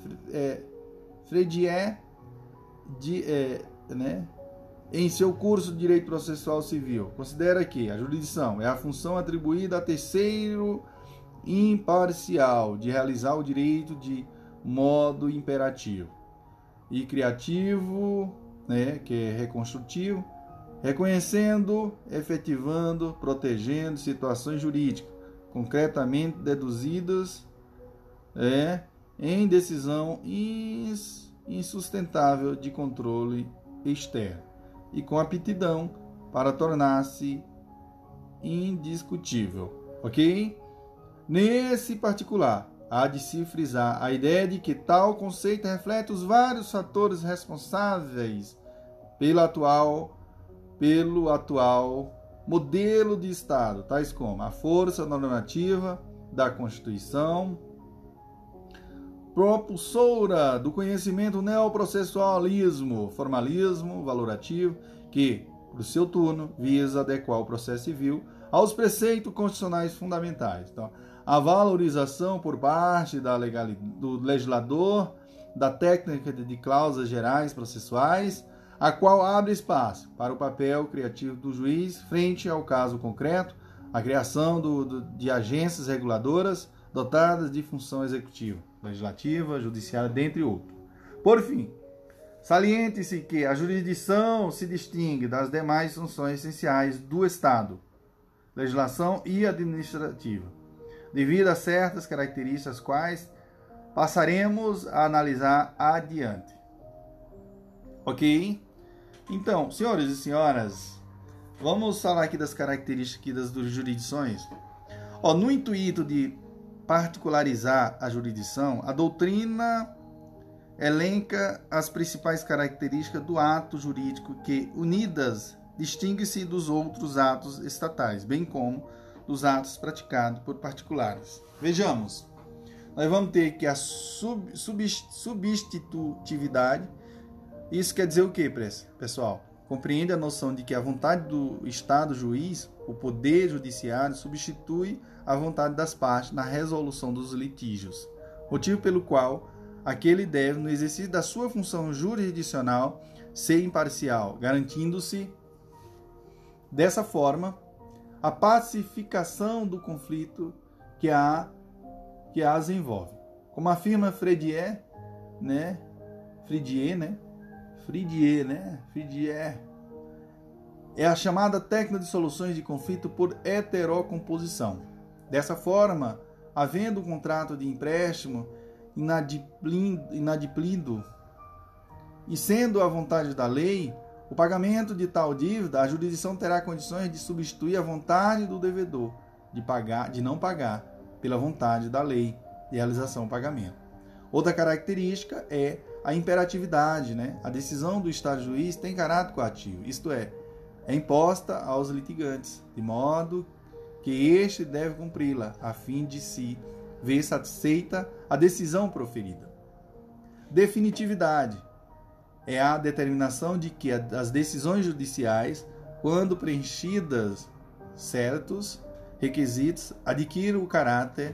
em seu curso de Direito Processual Civil, considera que a jurisdição é a função atribuída a terceiro imparcial de realizar o direito de modo imperativo e criativo, que é reconstrutivo, reconhecendo, efetivando, protegendo situações jurídicas concretamente deduzidas em decisão insustentável de controle externo e com aptidão para tornar-se indiscutível, ok? Nesse particular, há de se frisar a ideia de que tal conceito reflete os vários fatores responsáveis pelo atual modelo de Estado, tais como a força normativa da Constituição, propulsora do conhecimento neoprocessualismo, formalismo valorativo, que, por seu turno, visa adequar o processo civil aos preceitos constitucionais fundamentais. Então, a valorização por parte do legislador da técnica de cláusulas gerais processuais, a qual abre espaço para o papel criativo do juiz frente ao caso concreto, a criação de agências reguladoras dotadas de função executiva, legislativa, judiciária, dentre outros. Por fim, saliente-se que a jurisdição se distingue das demais funções essenciais do Estado, legislação e administrativa, devido a certas características quais passaremos a analisar adiante. Ok? Então, senhores e senhoras, vamos falar aqui das características das jurisdições. No intuito de particularizar a jurisdição, a doutrina elenca as principais características do ato jurídico que, unidas, distingue-se dos outros atos estatais, bem como dos atos praticados por particulares. Vejamos, nós vamos ter que a substitutividade. Isso quer dizer o que, pessoal? Compreende a noção de que a vontade do Estado juiz o poder judiciário substitui a vontade das partes na resolução dos litígios, motivo pelo qual aquele deve, no exercício da sua função jurisdicional, ser imparcial, garantindo-se, dessa forma, a pacificação do conflito que as envolve. Como afirma Fridier, é a chamada técnica de soluções de conflito por heterocomposição. Dessa forma, havendo um contrato de empréstimo inadimplido e sendo a vontade da lei, o pagamento de tal dívida, a jurisdição terá condições de substituir a vontade do devedor de não pagar pela vontade da lei de realização do pagamento. Outra característica é a imperatividade, A decisão do Estado juiz tem caráter coativo, isto é imposta aos litigantes, de modo que este deve cumpri-la, a fim de se ver satisfeita a decisão proferida. Definitividade é a determinação de que as decisões judiciais, quando preenchidas certos requisitos, adquirem o caráter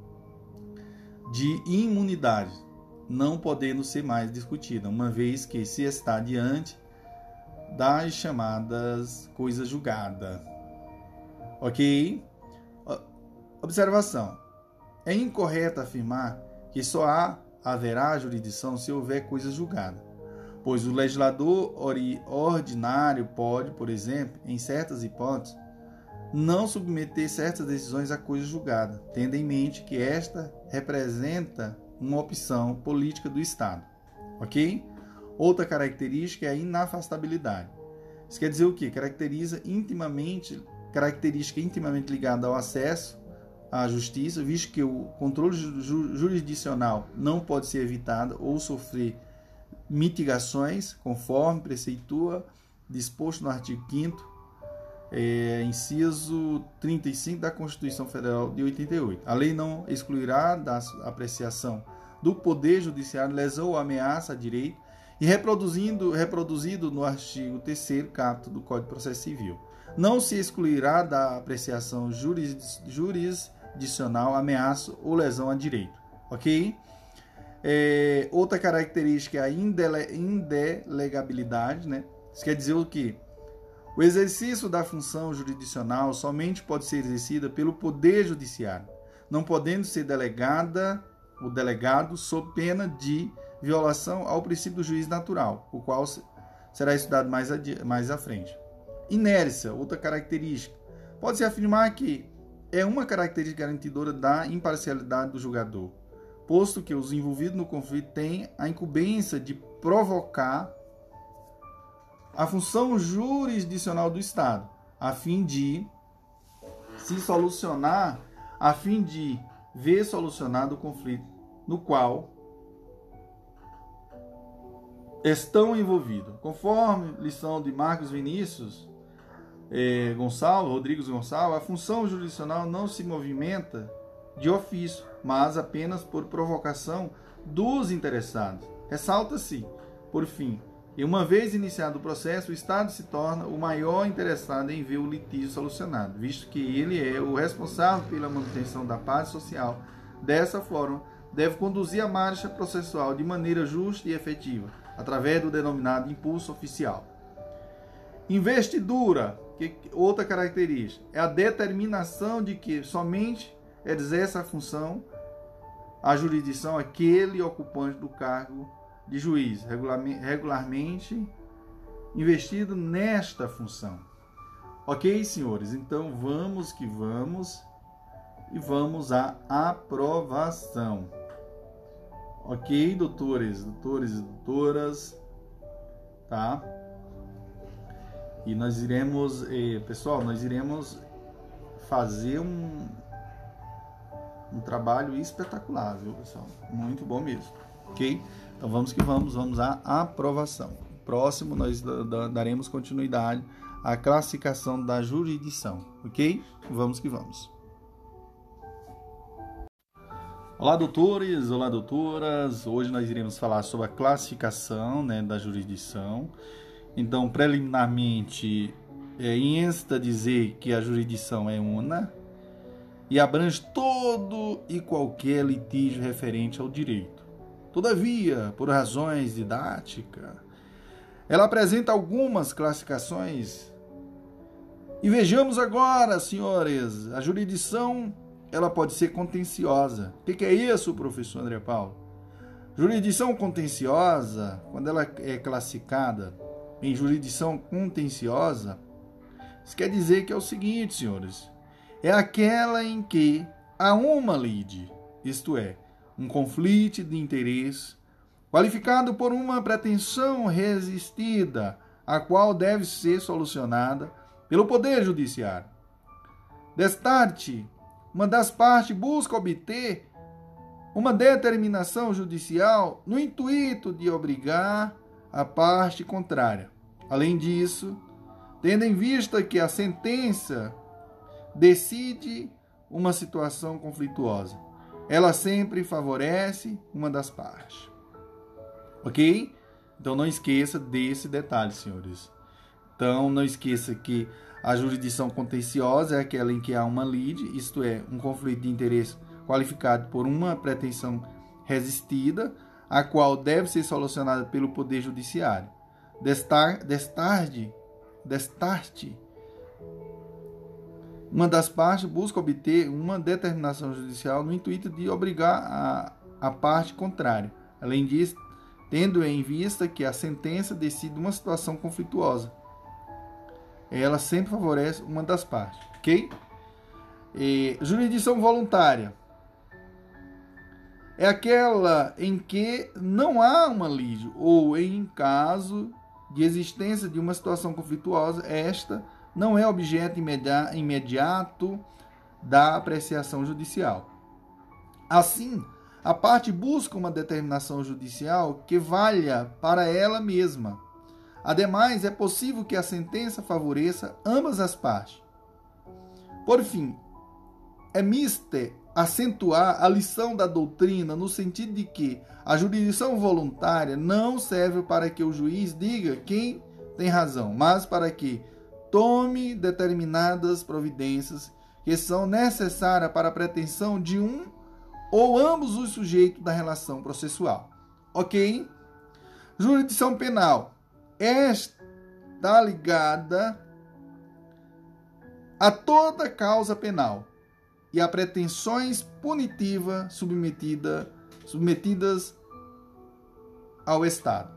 de imunidade, não podendo ser mais discutida, uma vez que se está diante das chamadas coisas julgadas. Ok? Observação. É incorreto afirmar que só haverá jurisdição se houver coisa julgada, pois o legislador ordinário pode, por exemplo, em certas hipóteses, não submeter certas decisões a coisa julgada, tendo em mente que esta representa uma opção política do Estado. Ok? Outra característica é a inafastabilidade. Isso quer dizer o quê? Característica intimamente ligada ao acesso à justiça, visto que o controle jurisdicional não pode ser evitado ou sofrer mitigações, conforme preceitua disposto no artigo 5º, inciso 35 da Constituição Federal de 88. A lei não excluirá da apreciação do Poder Judiciário lesão ou ameaça a direito e reproduzido no artigo 3º caput do Código de Processo Civil. Não se excluirá da apreciação jurisdicional ameaça ou lesão a direito. Ok? Outra característica é a indelegabilidade, Isso quer dizer o quê? O exercício da função jurisdicional somente pode ser exercida pelo Poder Judiciário, não podendo ser delegado sob pena de violação ao princípio do juízo natural, o qual será estudado mais à frente. Inércia, outra característica. Pode-se afirmar que é uma característica garantidora da imparcialidade do julgador, posto que os envolvidos no conflito têm a incumbência de provocar a função jurisdicional do Estado, a fim de ver solucionado o conflito no qual estão envolvidos. Conforme lição de Marcos Vinícius Rodrigues Gonçalves, a função jurisdicional não se movimenta de ofício, mas apenas por provocação dos interessados. Ressalta-se, por fim, e uma vez iniciado o processo, o Estado se torna o maior interessado em ver o litígio solucionado, visto que ele é o responsável pela manutenção da paz social. Dessa forma, deve conduzir a marcha processual de maneira justa e efetiva, através do denominado impulso oficial. Investidura, outra característica, é a determinação de que somente exerce a função, a jurisdição, aquele ocupante do cargo de juiz, regularmente investido nesta função. Ok, senhores? Então, vamos que vamos e vamos à aprovação. Ok, doutores e doutoras, tá? E nós iremos, pessoal, fazer um trabalho espetacular, viu, pessoal? Muito bom mesmo, ok? Então vamos que vamos à aprovação. Próximo nós daremos continuidade à classificação da jurisdição, ok? Vamos que vamos. Olá, doutores, olá, doutoras. Hoje nós iremos falar sobre a classificação, da jurisdição. Então, preliminarmente, insta dizer que a jurisdição é una e abrange todo e qualquer litígio referente ao direito. Todavia, por razões didáticas, ela apresenta algumas classificações. E vejamos agora, senhores, a jurisdição ela pode ser contenciosa. O que é isso, professor André Paulo? Jurisdição contenciosa, quando ela é classificada em jurisdição contenciosa, isso quer dizer que é o seguinte, senhores, é aquela em que há uma lide, isto é, um conflito de interesse, qualificado por uma pretensão resistida, a qual deve ser solucionada pelo Poder Judiciário. Destarte, uma das partes busca obter uma determinação judicial no intuito de obrigar a parte contrária. Além disso, tendo em vista que a sentença decide uma situação conflituosa, ela sempre favorece uma das partes. Ok? Então não esqueça desse detalhe, senhores. Então não esqueça que a jurisdição contenciosa é aquela em que há uma lide, isto é, um conflito de interesse qualificado por uma pretensão resistida, a qual deve ser solucionada pelo Poder Judiciário. Destarte, uma das partes busca obter uma determinação judicial no intuito de obrigar a parte contrária. Além disso, tendo em vista que a sentença decide uma situação conflituosa, ela sempre favorece uma das partes, ok? Jurisdição voluntária é aquela em que não há uma lide ou em caso de existência de uma situação conflituosa, esta não é objeto imediato da apreciação judicial. Assim, a parte busca uma determinação judicial que valha para ela mesma. Ademais, é possível que a sentença favoreça ambas as partes. Por fim, é mister acentuar a lição da doutrina no sentido de que a jurisdição voluntária não serve para que o juiz diga quem tem razão, mas para que tome determinadas providências que são necessárias para a pretensão de um ou ambos os sujeitos da relação processual. Ok? Jurisdição penal. Está ligada a toda causa penal e a pretensões punitivas submetidas ao Estado.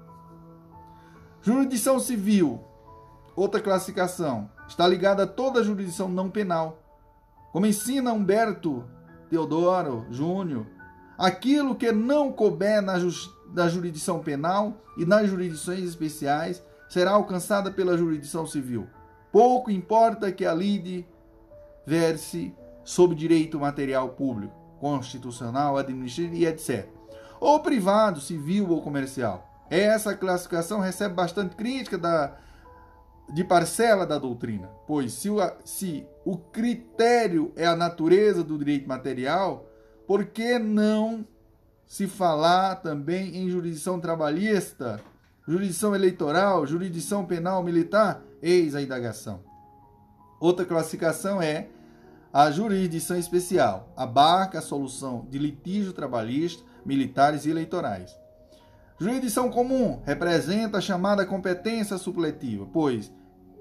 Jurisdição civil, outra classificação, está ligada a toda jurisdição não penal. Como ensina Humberto Teodoro Júnior, aquilo que não couber na jurisdição penal e nas jurisdições especiais será alcançada pela jurisdição civil. Pouco importa que a lide verse sobre direito material público, constitucional, administrativo e etc. Ou privado, civil ou comercial. Essa classificação recebe bastante crítica de parcela da doutrina, pois se o critério é a natureza do direito material, por que não se falar também em jurisdição trabalhista, jurisdição eleitoral, jurisdição penal militar? Eis a indagação. Outra classificação é a jurisdição especial, abarca a solução de litígio trabalhista, militares e eleitorais. Jurisdição comum representa a chamada competência supletiva, pois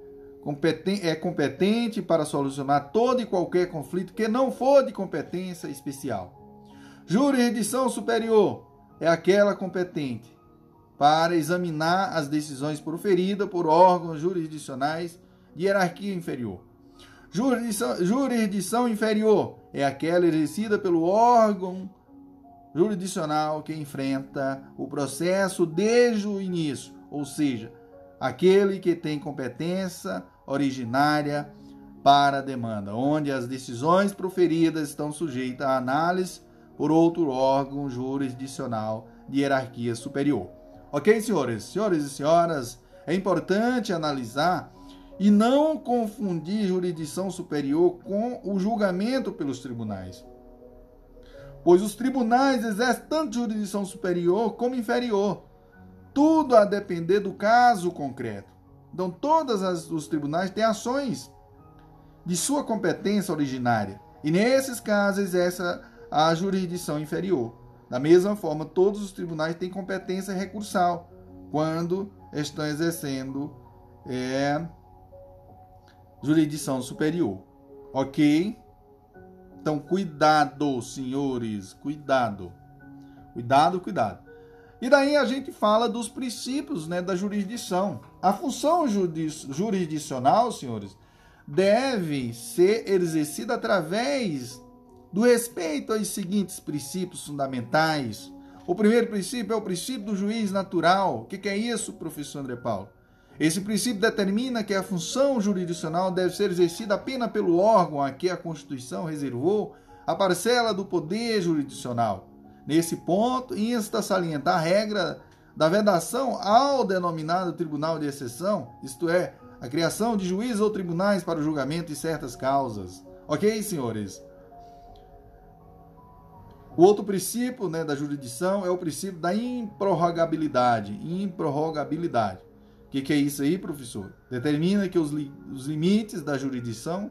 é competente para solucionar todo e qualquer conflito que não for de competência especial. Jurisdição superior é aquela competente para examinar as decisões proferidas por órgãos jurisdicionais de hierarquia inferior. Jurisdição inferior é aquela exercida pelo órgão jurisdicional que enfrenta o processo desde o início, ou seja, aquele que tem competência originária para a demanda, onde as decisões proferidas estão sujeitas à análise por outro órgão jurisdicional de hierarquia superior. Ok, senhores? Senhores e senhoras, é importante analisar e não confundir jurisdição superior com o julgamento pelos tribunais, pois os tribunais exercem tanto jurisdição superior como inferior, tudo a depender do caso concreto. Então, os tribunais têm ações de sua competência originária. E nesses casos, a jurisdição inferior. Da mesma forma, todos os tribunais têm competência recursal quando estão exercendo jurisdição superior. Ok? Então, cuidado, senhores, cuidado. Cuidado, cuidado. E daí a gente fala dos princípios, né, da jurisdição. A função jurisdicional, senhores, deve ser exercida através do respeito aos seguintes princípios fundamentais. O primeiro princípio é o princípio do juiz natural. O que é isso, professor André Paulo? Esse princípio determina que a função jurisdicional deve ser exercida apenas pelo órgão a que a Constituição reservou a parcela do poder jurisdicional. Nesse ponto, insta a salientar a regra da vedação ao denominado tribunal de exceção, isto é, a criação de juízes ou tribunais para o julgamento de certas causas. Ok, senhores? O outro princípio, né, da jurisdição é o princípio da improrrogabilidade. Improrrogabilidade. O que é isso aí, professor? Determina que os limites da jurisdição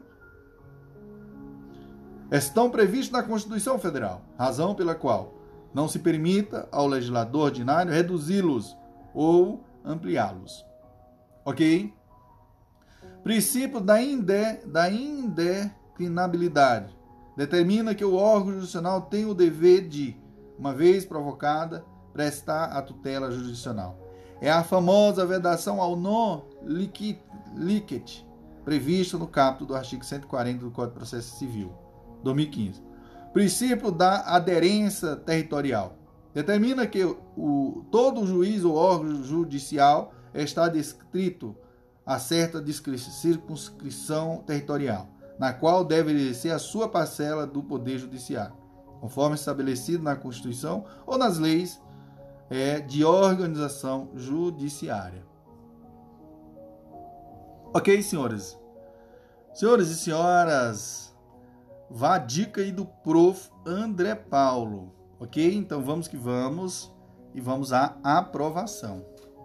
estão previstos na Constituição Federal, razão pela qual não se permita ao legislador ordinário reduzi-los ou ampliá-los. Ok? Princípio da indeclinabilidade. Determina que o órgão jurisdicional tem o dever de, uma vez provocada, prestar a tutela jurisdicional. É a famosa vedação ao non licet, prevista no caput do artigo 140 do Código de Processo Civil, 2015. Princípio da aderência territorial. Determina que todo juiz ou órgão judicial está descrito a certa circunscrição territorial, na qual deve exercer a sua parcela do poder judiciário, conforme estabelecido na Constituição ou nas leis de organização judiciária. Ok, senhores? Senhores e senhoras, vá a dica aí do prof. André Paulo. Ok? Então vamos que vamos e vamos à aprovação.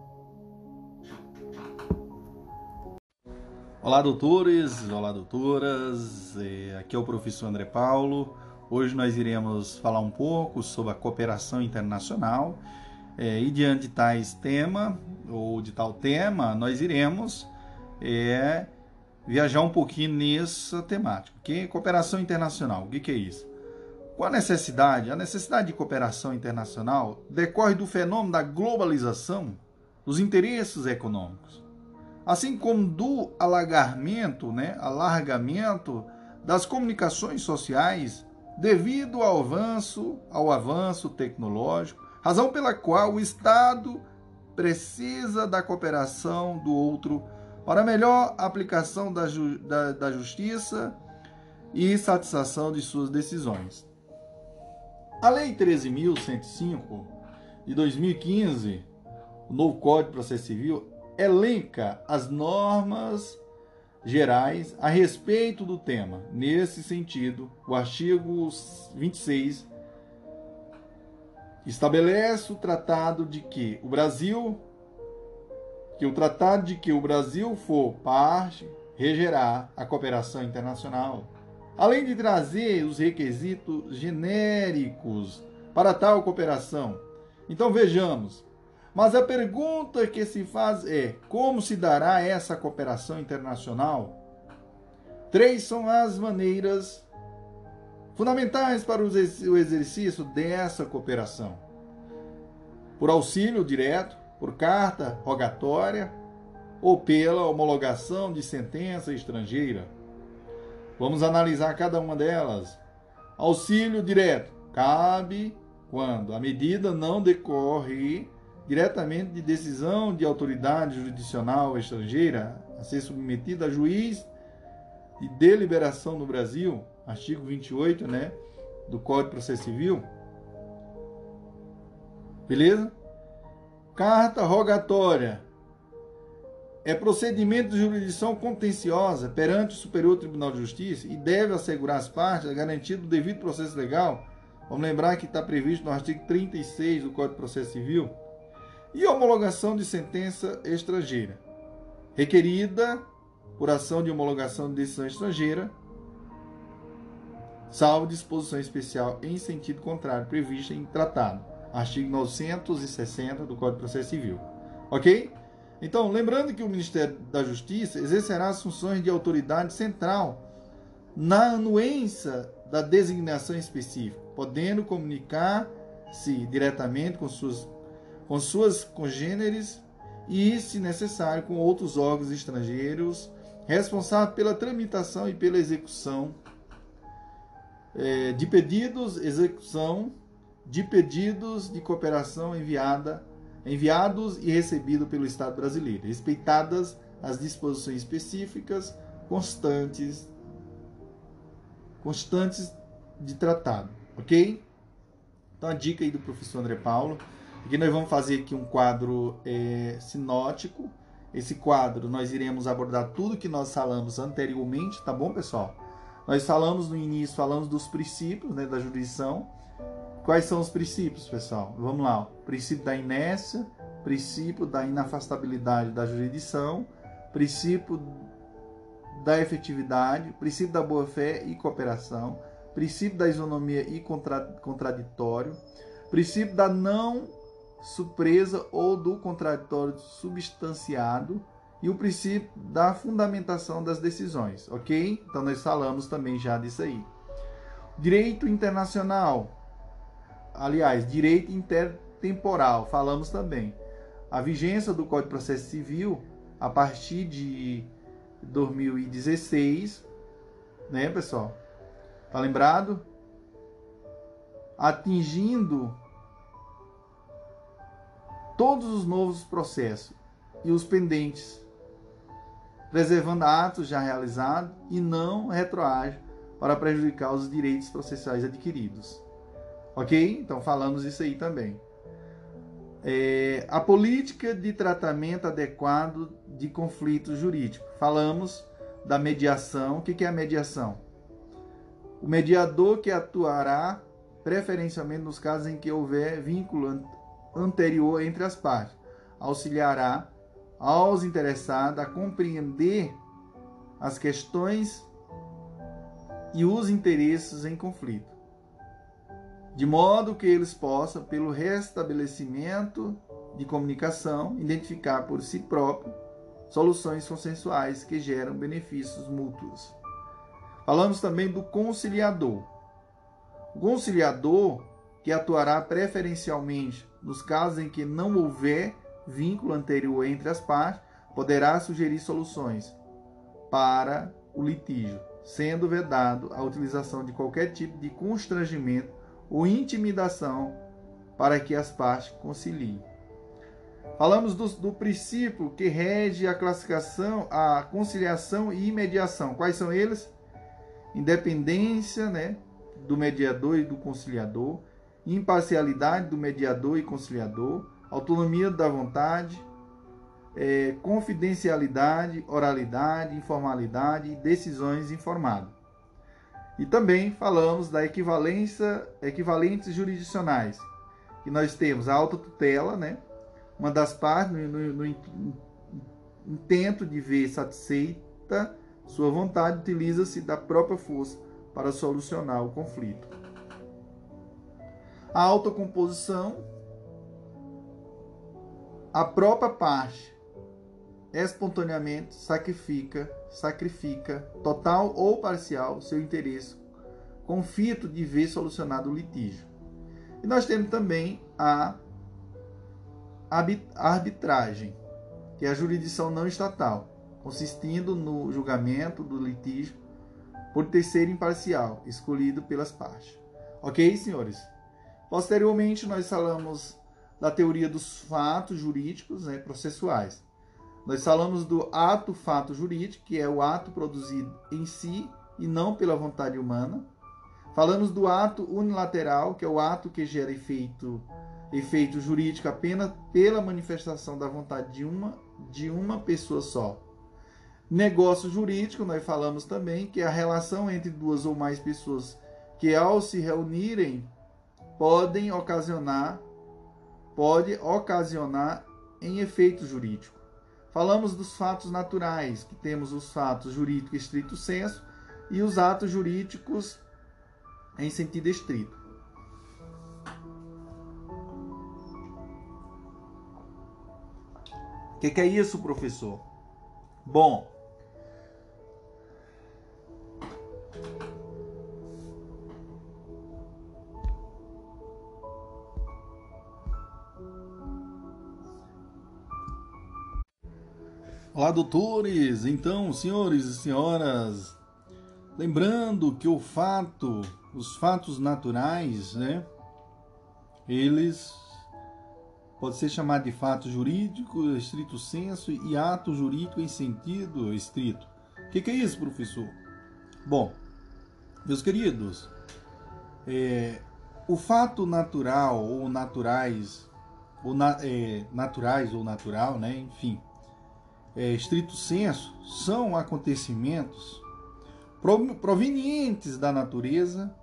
Olá, doutores, olá, doutoras. Aqui é o professor André Paulo. Hoje nós iremos falar um pouco sobre a cooperação internacional. E diante de tal tema, nós iremos viajar um pouquinho nessa temática. Okay? Cooperação internacional, o que é isso? Qual a necessidade? A necessidade de cooperação internacional decorre do fenômeno da globalização dos interesses econômicos, assim como do alargamento das comunicações sociais devido ao avanço tecnológico, razão pela qual o Estado precisa da cooperação do outro para a melhor aplicação da justiça e satisfação de suas decisões. A Lei 13.105 de 2015, o novo Código de Processo Civil, elenca as normas gerais a respeito do tema. Nesse sentido, o artigo 26 estabelece o tratado de que o Brasil for parte regerá a cooperação internacional, além de trazer os requisitos genéricos para tal cooperação. Então vejamos, mas a pergunta que se faz é: como se dará essa cooperação internacional? 3 são as maneiras fundamentais para o exercício dessa cooperação: por auxílio direto, por carta rogatória ou pela homologação de sentença estrangeira. Vamos analisar cada uma delas. Auxílio direto cabe quando a medida não decorre diretamente de decisão de autoridade jurisdicional estrangeira a ser submetida a juiz de deliberação no Brasil, artigo 28, do Código de Processo Civil. Beleza? Carta rogatória é procedimento de jurisdição contenciosa perante o Superior Tribunal de Justiça e deve assegurar às partes a garantia do devido processo legal. Vamos lembrar que está previsto no artigo 36 do Código de Processo Civil. E homologação de sentença estrangeira. requerida por ação de homologação de decisão estrangeira, salvo disposição especial em sentido contrário prevista em tratado. Artigo 960 do Código de Processo Civil. Ok? Então, lembrando que o Ministério da Justiça exercerá as funções de autoridade central na anuência da designação específica, podendo comunicar-se diretamente com suas congêneres e, se necessário, com outros órgãos estrangeiros responsáveis pela tramitação e pela execução de pedidos, de cooperação enviados e recebidos pelo Estado brasileiro, respeitadas as disposições específicas constantes de tratado, ok? Então a dica aí do professor André Paulo, aqui nós vamos fazer aqui um quadro sinótico. Esse quadro nós iremos abordar tudo que nós falamos anteriormente, tá bom, pessoal? Nós falamos no início, falamos dos princípios, né, da jurisdição. Quais são os princípios, pessoal? Vamos lá. O princípio da inércia, princípio da inafastabilidade da jurisdição, princípio da efetividade, princípio da boa-fé e cooperação, princípio da isonomia e contraditório, princípio da não surpresa ou do contraditório substanciado e o princípio da fundamentação das decisões, ok? Então nós falamos também já disso aí. Direito internacional, aliás, direito intertemporal, falamos também. A vigência do Código de Processo Civil, a partir de 2016, né, pessoal? Tá lembrado? Atingindo todos os novos processos e os pendentes, preservando atos já realizados e não retroage para prejudicar os direitos processuais adquiridos. Ok? Então falamos isso aí também. A política de tratamento adequado de conflito jurídico. Falamos da mediação. O que é a mediação? O mediador que atuará preferencialmente nos casos em que houver vínculo anterior entre as partes. Auxiliará aos interessados a compreender as questões e os interesses em conflito, de modo que eles possam, pelo restabelecimento de comunicação, identificar por si próprios soluções consensuais que geram benefícios mútuos. Falamos também do conciliador. O conciliador, que atuará preferencialmente nos casos em que não houver vínculo anterior entre as partes, poderá sugerir soluções para o litígio, sendo vedado a utilização de qualquer tipo de constrangimento ou intimidação para que as partes conciliem. Falamos do princípio que rege a classificação, a conciliação e mediação. Quais são eles? Independência, né, do mediador e do conciliador, imparcialidade do mediador e conciliador, autonomia da vontade, confidencialidade, oralidade, informalidade e decisões informadas. E também falamos da equivalentes jurisdicionais, que nós temos a autotutela, né? Uma das partes, no intento de ver satisfeita sua vontade, utiliza-se da própria força para solucionar o conflito. A autocomposição, a própria parte espontaneamente sacrifica total ou parcial seu interesse com o fito de ver solucionado o litígio. E nós temos também a arbitragem, que é a jurisdição não estatal, consistindo no julgamento do litígio por terceiro imparcial, escolhido pelas partes. Ok, senhores? Posteriormente, nós falamos da teoria dos fatos jurídicos, né, processuais. Nós falamos do ato-fato jurídico, que é o ato produzido em si e não pela vontade humana. Falamos do ato unilateral, que é o ato que gera efeito jurídico apenas pela manifestação da vontade de uma pessoa só. Negócio jurídico, nós falamos também, que é a relação entre duas ou mais pessoas que, ao se reunirem, pode ocasionar em efeito jurídico. Falamos dos fatos naturais, que temos os fatos jurídicos estrito sensu e os atos jurídicos em sentido estrito. O que é isso, professor? Bom, olá, doutores! Então, senhores e senhoras, lembrando que os fatos naturais, né, eles podem ser chamados de fato jurídico, estrito sensu, e ato jurídico em sentido estrito. O que é isso, professor? Bom, meus queridos, o fato natural ou naturais, naturais ou natural, né, enfim, estrito sensu, são acontecimentos provenientes da natureza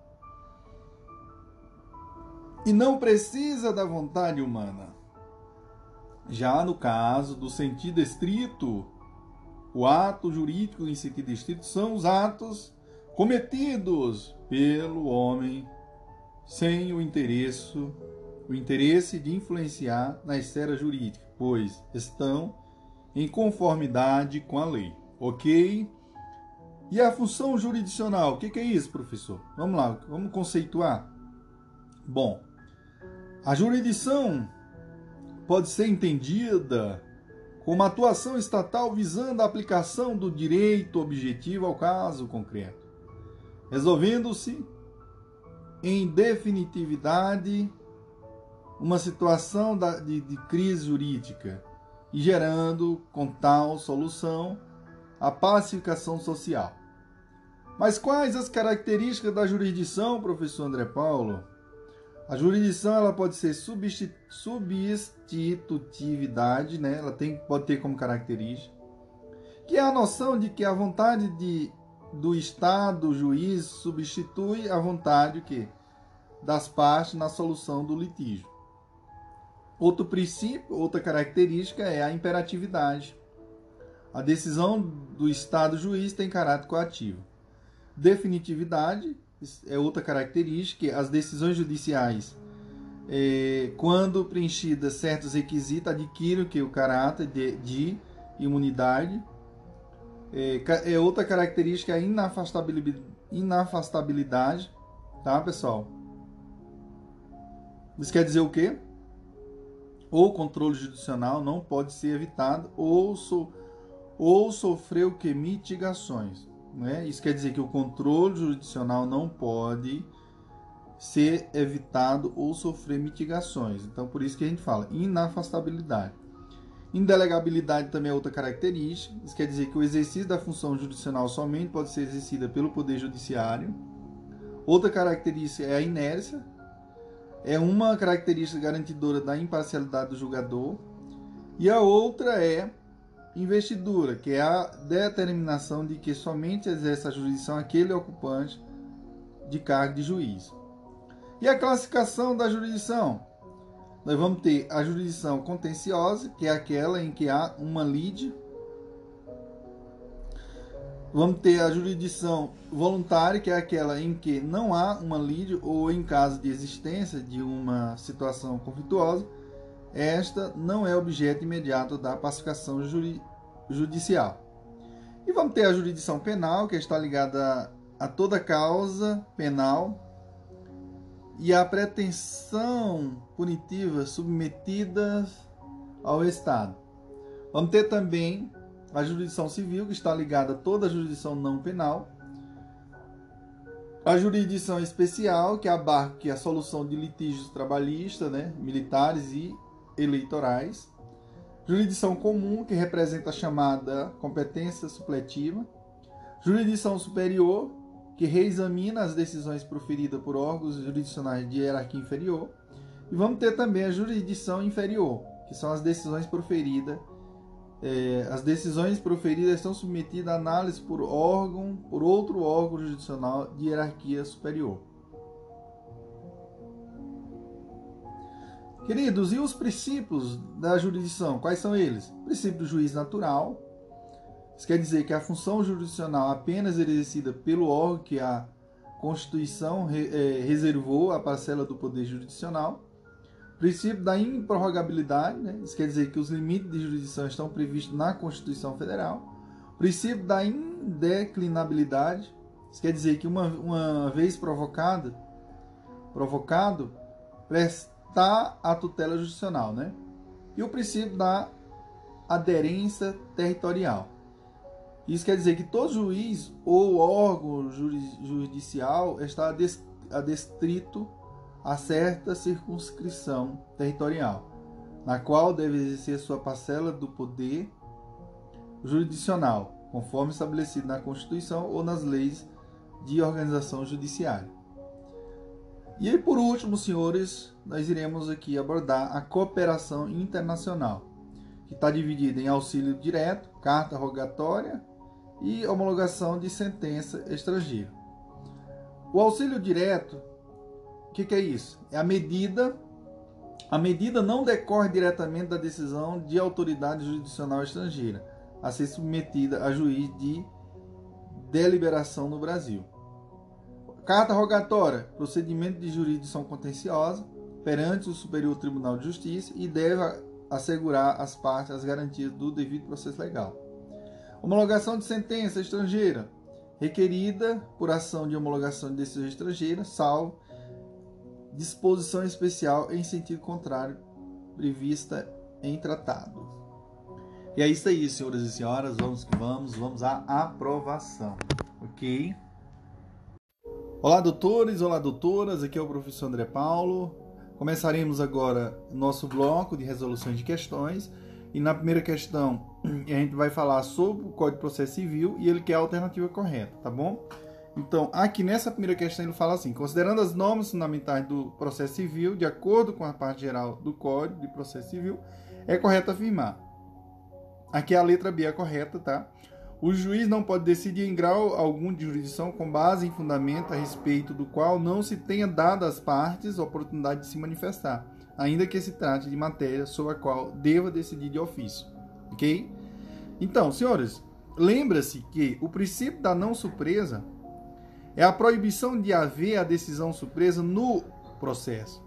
e não precisa da vontade humana. Já no caso do sentido estrito, o ato jurídico em sentido estrito são os atos cometidos pelo homem sem o interesse de influenciar na esfera jurídica, pois estão em conformidade com a lei. Ok? E a função jurisdicional, o que é isso, professor? Vamos lá, vamos conceituar. Bom, a jurisdição pode ser entendida como atuação estatal visando a aplicação do direito objetivo ao caso concreto, resolvendo-se em definitividade uma situação de crise jurídica e gerando, com tal solução, a pacificação social. Mas quais as características da jurisdição, professor André Paulo? A jurisdição ela pode ser substitutividade, né? Ela pode ter como característica, que é a noção de que a vontade do Estado, juiz, substitui a vontade das partes na solução do litígio. Outro princípio, outra característica é a imperatividade. A decisão do Estado juiz tem caráter coativo. Definitividade é outra característica. As decisões judiciais, quando preenchidas certos requisitos, adquirem o caráter de imunidade. Outra característica é a inafastabilidade. Tá, pessoal? Isso quer dizer o quê? O controle judicial não pode ser evitado ou sofrer mitigações. Né? Isso quer dizer que o controle judicial não pode ser evitado ou sofrer mitigações. Então, por isso que a gente fala inafastabilidade. Indelegabilidade também é outra característica. Isso quer dizer que o exercício da função judicial somente pode ser exercida pelo Poder Judiciário. Outra característica é a inércia. É uma característica garantidora da imparcialidade do julgador. E a outra é investidura, que é a determinação de que somente exerce a jurisdição aquele ocupante de cargo de juiz. E a classificação da jurisdição? Nós vamos ter a jurisdição contenciosa, que é aquela em que há uma lide. Vamos ter a jurisdição voluntária, que é aquela em que não há uma lide ou em caso de existência de uma situação conflituosa, esta não é objeto imediato da pacificação judicial. E vamos ter a jurisdição penal, que está ligada a toda causa penal e a pretensão punitiva submetidas ao Estado. Vamos ter também a jurisdição civil, que está ligada a toda a jurisdição não penal. A jurisdição especial, que abarca a solução de litígios trabalhistas, né, militares e eleitorais. Jurisdição comum, que representa a chamada competência supletiva. Jurisdição superior, que reexamina as decisões proferidas por órgãos jurisdicionais de hierarquia inferior. E vamos ter também a jurisdição inferior, que são as decisões proferidas. As decisões proferidas estão submetidas à análise por outro órgão jurisdicional de hierarquia superior. Queridos, e os princípios da jurisdição? Quais são eles? O princípio do juiz natural. Isso quer dizer que a função jurisdicional apenas exercida pelo órgão que a Constituição reservou à parcela do poder jurisdicional. O princípio da improrrogabilidade, né? Isso quer dizer que os limites de jurisdição estão previstos na Constituição Federal. O princípio da indeclinabilidade. Isso quer dizer que uma vez provocado, prestar a tutela jurisdicional, né? E o princípio da aderência territorial. Isso quer dizer que todo juiz ou órgão judicial está adestrito a certa circunscrição territorial, na qual deve exercer sua parcela do poder jurisdicional, conforme estabelecido na Constituição ou nas leis de organização judiciária. E aí, por último, senhores, nós iremos aqui abordar a cooperação internacional, que está dividida em auxílio direto, carta rogatória e homologação de sentença estrangeira. O auxílio direto, o que é isso? É a medida não decorre diretamente da decisão de autoridade jurisdicional estrangeira a ser submetida a juiz de deliberação no Brasil. Carta rogatória, procedimento de jurisdição contenciosa perante o Superior Tribunal de Justiça e deve assegurar às partes as garantias do devido processo legal. Homologação de sentença estrangeira, requerida por ação de homologação de decisão estrangeira, salvo disposição especial em sentido contrário prevista em tratado. E é isso aí, senhoras e senhoras, vamos à aprovação, ok? Olá, doutores, olá, doutoras, aqui é o professor André Paulo. Começaremos agora nosso bloco de resoluções de questões. E na primeira questão, a gente vai falar sobre o Código de Processo Civil e ele quer a alternativa correta, tá bom? Então, aqui nessa primeira questão ele fala assim: considerando as normas fundamentais do processo civil, de acordo com a parte geral do Código de Processo Civil, é correto afirmar. Aqui a letra B é correta, tá? O juiz não pode decidir em grau algum de jurisdição com base em fundamento a respeito do qual não se tenha dado às partes a oportunidade de se manifestar, ainda que se trate de matéria sobre a qual deva decidir de ofício, ok? Então, senhores, lembra-se que o princípio da não surpresa é a proibição de haver a decisão surpresa no processo,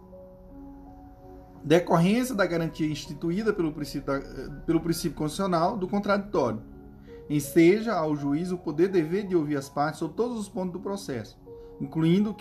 decorrência da garantia instituída pelo princípio constitucional do contraditório, enseja ao juiz o poder dever de ouvir as partes sobre todos os pontos do processo, incluindo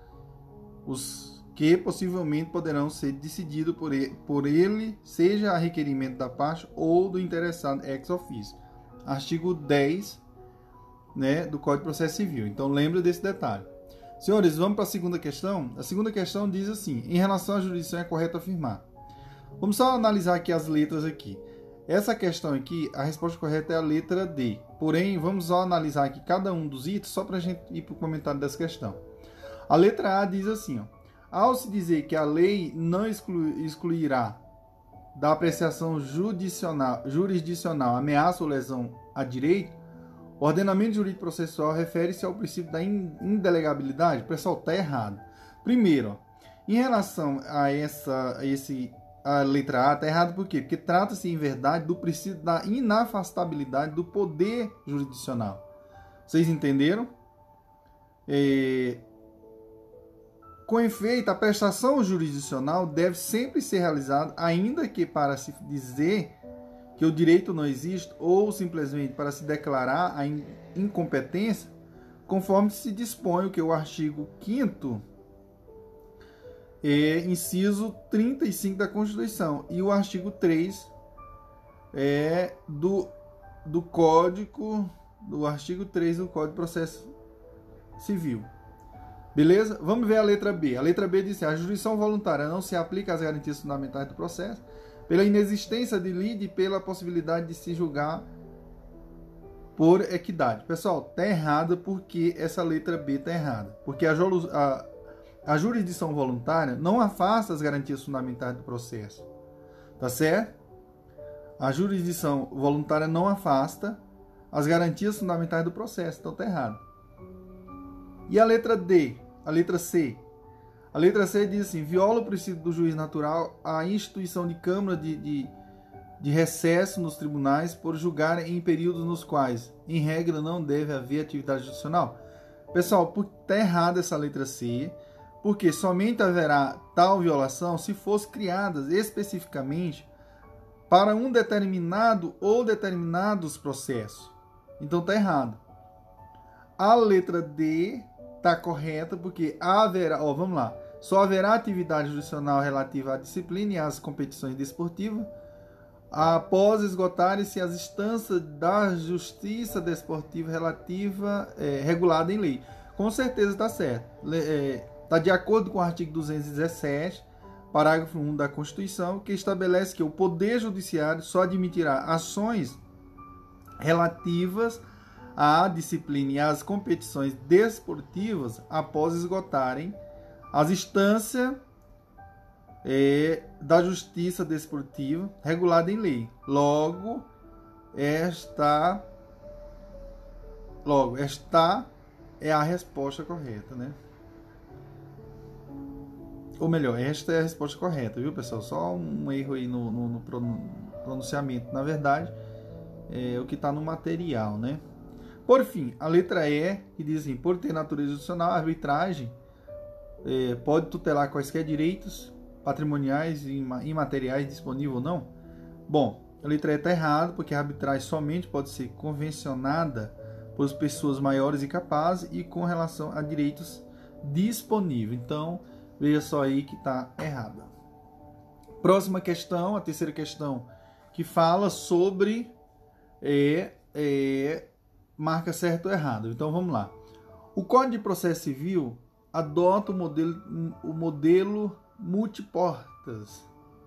os que possivelmente poderão ser decididos por ele, seja a requerimento da parte ou do interessado ex officio. Artigo 10, né, do Código de Processo Civil. Então, lembre desse detalhe. Senhores, vamos para a segunda questão. A segunda questão diz assim: em relação à jurisdição é correto afirmar. Vamos só analisar aqui as letras aqui. Essa questão aqui, a resposta correta é a letra D. Porém, vamos só analisar aqui cada um dos itens, só para a gente ir para o comentário dessa questão. A letra A diz assim, ó: ao se dizer que a lei não excluirá da apreciação jurisdicional ameaça ou lesão a direito, o ordenamento jurídico processual refere-se ao princípio da indelegabilidade. Pessoal, está errado. Primeiro, ó, em relação a letra A, está errado por quê? Porque trata-se, em verdade, do princípio da inafastabilidade do poder jurisdicional. Vocês entenderam? Com efeito, a prestação jurisdicional deve sempre ser realizada, ainda que para se dizer que o direito não existe ou simplesmente para se declarar a incompetência, conforme se dispõe o artigo 5º, inciso 35 da Constituição e o artigo 3 do Código de Processo Civil. Beleza? Vamos ver a letra B. A letra B diz assim: a jurisdição voluntária não se aplica às garantias fundamentais do processo pela inexistência de lide e pela possibilidade de se julgar por equidade. Pessoal, está errada porque essa letra B está errada. Porque a jurisdição voluntária não afasta as garantias fundamentais do processo. Tá certo? A jurisdição voluntária não afasta as garantias fundamentais do processo. Então está errado. E a letra D, a letra C. A letra C diz assim: viola o princípio do juiz natural a instituição de câmara de recesso nos tribunais por julgar em períodos nos quais, em regra, não deve haver atividade judicial. Pessoal, está errada essa letra C, porque somente haverá tal violação se fosse criadas especificamente para um determinado ou determinados processos. Então está errado. A letra D está correta, porque haverá, vamos lá, só haverá atividade judicial relativa à disciplina e às competições desportivas após esgotarem-se as instâncias da justiça desportiva relativa regulada em lei. Com certeza está certo. Está de acordo com o artigo 217, parágrafo 1 da Constituição, que estabelece que o Poder Judiciário só admitirá ações relativas à disciplina e às competições desportivas após esgotarem as instâncias da justiça desportiva regulada em lei. Logo, esta é a resposta correta, né? Ou melhor, esta é a resposta correta, viu, pessoal? Só um erro aí no pronunciamento. Na verdade, é o que está no material, né? Por fim, a letra E, que diz assim: por ter natureza judicial, a arbitragem pode tutelar quaisquer direitos patrimoniais e imateriais disponíveis ou não? Bom, a letra E está errada, porque a arbitragem somente pode ser convencionada por pessoas maiores e capazes e com relação a direitos disponíveis. Então, veja só aí que está errada. Próxima questão, a terceira questão, que fala sobre marca certo ou errado. Então, vamos lá. O Código de Processo Civil adota o modelo multiportas,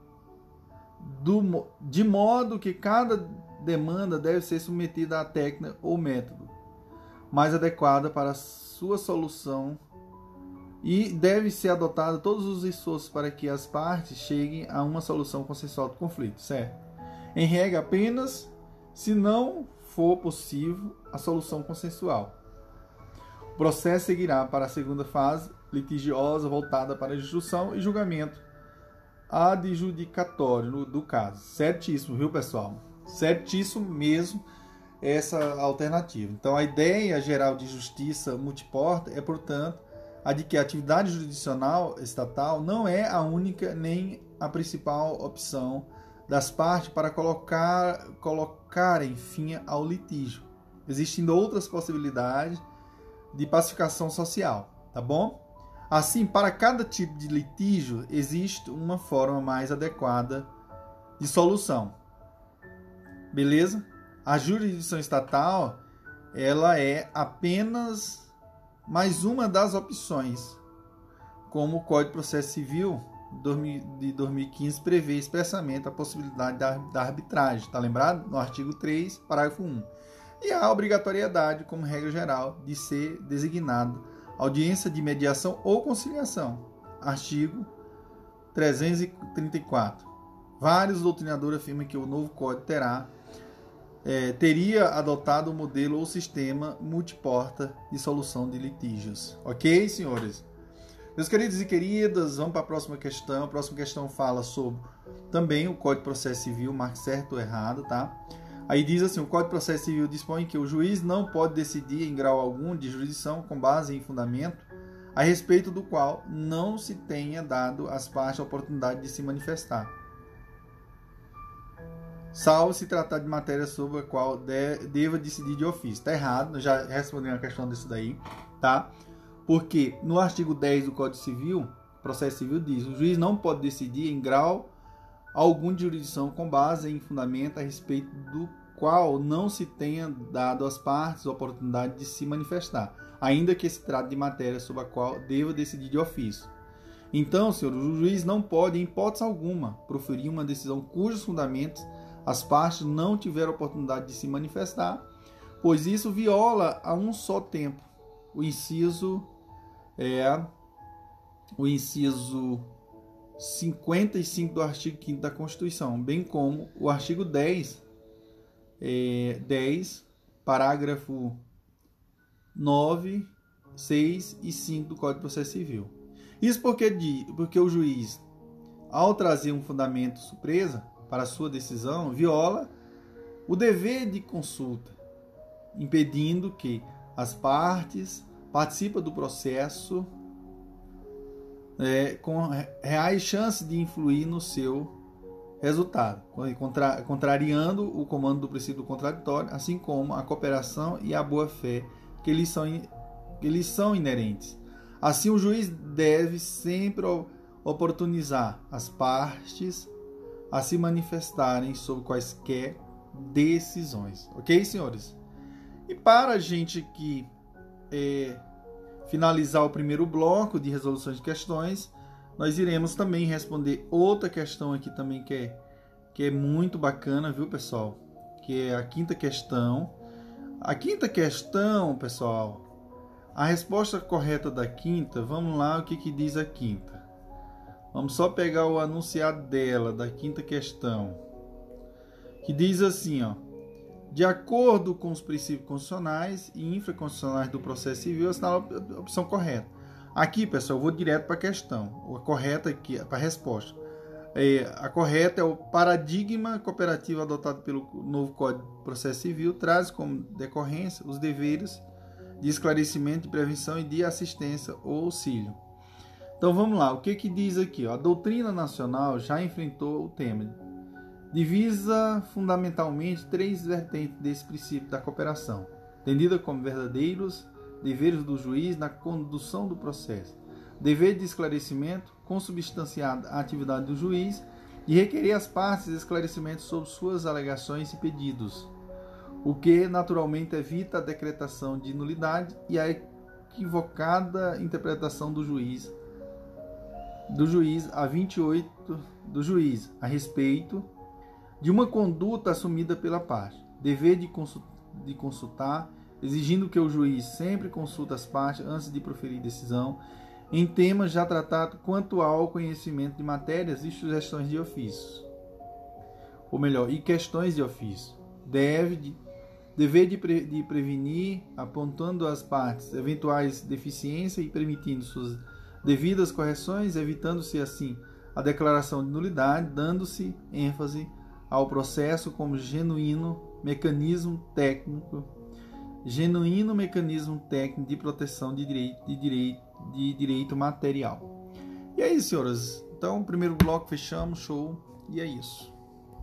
de modo que cada demanda deve ser submetida à técnica ou método mais adequada para a sua solução e deve ser adotado todos os esforços para que as partes cheguem a uma solução consensual do conflito, certo? Em regra, apenas se não for possível a solução consensual. O processo seguirá para a segunda fase litigiosa voltada para a instrução e julgamento adjudicatório do caso. Certíssimo, viu, pessoal? Certíssimo mesmo essa alternativa. Então, a ideia geral de justiça multiporta é, portanto, a de que a atividade jurisdicional estatal não é a única nem a principal opção das partes para colocarem fim ao litígio, existindo outras possibilidades de pacificação social, tá bom? Assim, para cada tipo de litígio, existe uma forma mais adequada de solução. Beleza? A jurisdição estatal, ela é apenas mais uma das opções, como o Código de Processo Civil de 2015 prevê expressamente a possibilidade da arbitragem, tá lembrado? No artigo 3, parágrafo 1. E a obrigatoriedade, como regra geral, de ser designado audiência de mediação ou conciliação, artigo 334. Vários doutrinadores afirmam que o novo código teria adotado o modelo ou sistema multiporta de solução de litígios. Ok, senhores? Meus queridos e queridas, vamos para a próxima questão. A próxima questão fala sobre também o Código de Processo Civil, marque certo ou errado, tá? Aí diz assim: o Código de Processo Civil dispõe que o juiz não pode decidir em grau algum de jurisdição com base em fundamento a respeito do qual não se tenha dado às partes a oportunidade de se manifestar, salvo se tratar de matéria sobre a qual deva decidir de ofício. Está errado, já respondi a questão disso daí, tá? Porque no artigo 10 do Código Civil, Processo Civil diz: o juiz não pode decidir em grau algum de jurisdição com base em fundamento a respeito do qual não se tenha dado às partes a oportunidade de se manifestar, ainda que se trate de matéria sobre a qual deva decidir de ofício. Então, senhor, o juiz não pode, em hipótese alguma, proferir uma decisão cujos fundamentos as partes não tiveram oportunidade de se manifestar, pois isso viola a um só tempo o inciso 55 do artigo 5º da Constituição, bem como o artigo 10, parágrafo 9, 6 e 5 do Código de Processo Civil. Isso porque o juiz, ao trazer um fundamento surpresa para a sua decisão, viola o dever de consulta, impedindo que as partes participem do processo com reais chances de influir no seu resultado, contrariando o comando do princípio do contraditório, assim como a cooperação e a boa-fé que lhes são inerentes. Assim, o juiz deve sempre oportunizar as partes a se manifestarem sobre quaisquer decisões. Ok, senhores? E para a gente aqui finalizar o primeiro bloco de resoluções de questões, nós iremos também responder outra questão aqui também que é muito bacana, viu, pessoal? Que é a quinta questão. A quinta questão, pessoal, a resposta correta da quinta, vamos lá, o que diz a quinta? Vamos só pegar o anunciado dela, da quinta questão, que diz assim, ó: de acordo com os princípios constitucionais e infraconstitucionais do processo civil, assinala a opção correta. Aqui, pessoal, eu vou direto para a questão. A correta aqui, para a resposta. A correta é o paradigma cooperativo adotado pelo novo Código de Processo Civil, traz como decorrência os deveres de esclarecimento, de prevenção e de assistência ou auxílio. Então vamos lá, o que diz aqui? A doutrina nacional já enfrentou o tema. Divisa fundamentalmente três vertentes desse princípio da cooperação, entendida como verdadeiros deveres do juiz na condução do processo. Dever de esclarecimento, consubstanciado à atividade do juiz, e requerer às partes esclarecimentos sobre suas alegações e pedidos, o que naturalmente evita a decretação de nulidade e a equivocada interpretação do juiz a 28 do juiz a respeito de uma conduta assumida pela parte. Dever de consultar, exigindo que o juiz sempre consulte as partes antes de proferir decisão em temas já tratados quanto ao conhecimento de matérias e sugestões de ofício. Ou melhor, e questões de ofício. Dever de prevenir, apontando às partes eventuais deficiências e permitindo suas devidas correções, evitando-se assim a declaração de nulidade, dando-se ênfase ao processo como genuíno mecanismo técnico de proteção de direito material. E é isso, senhoras. Então, o primeiro bloco fechamos, show, e é isso.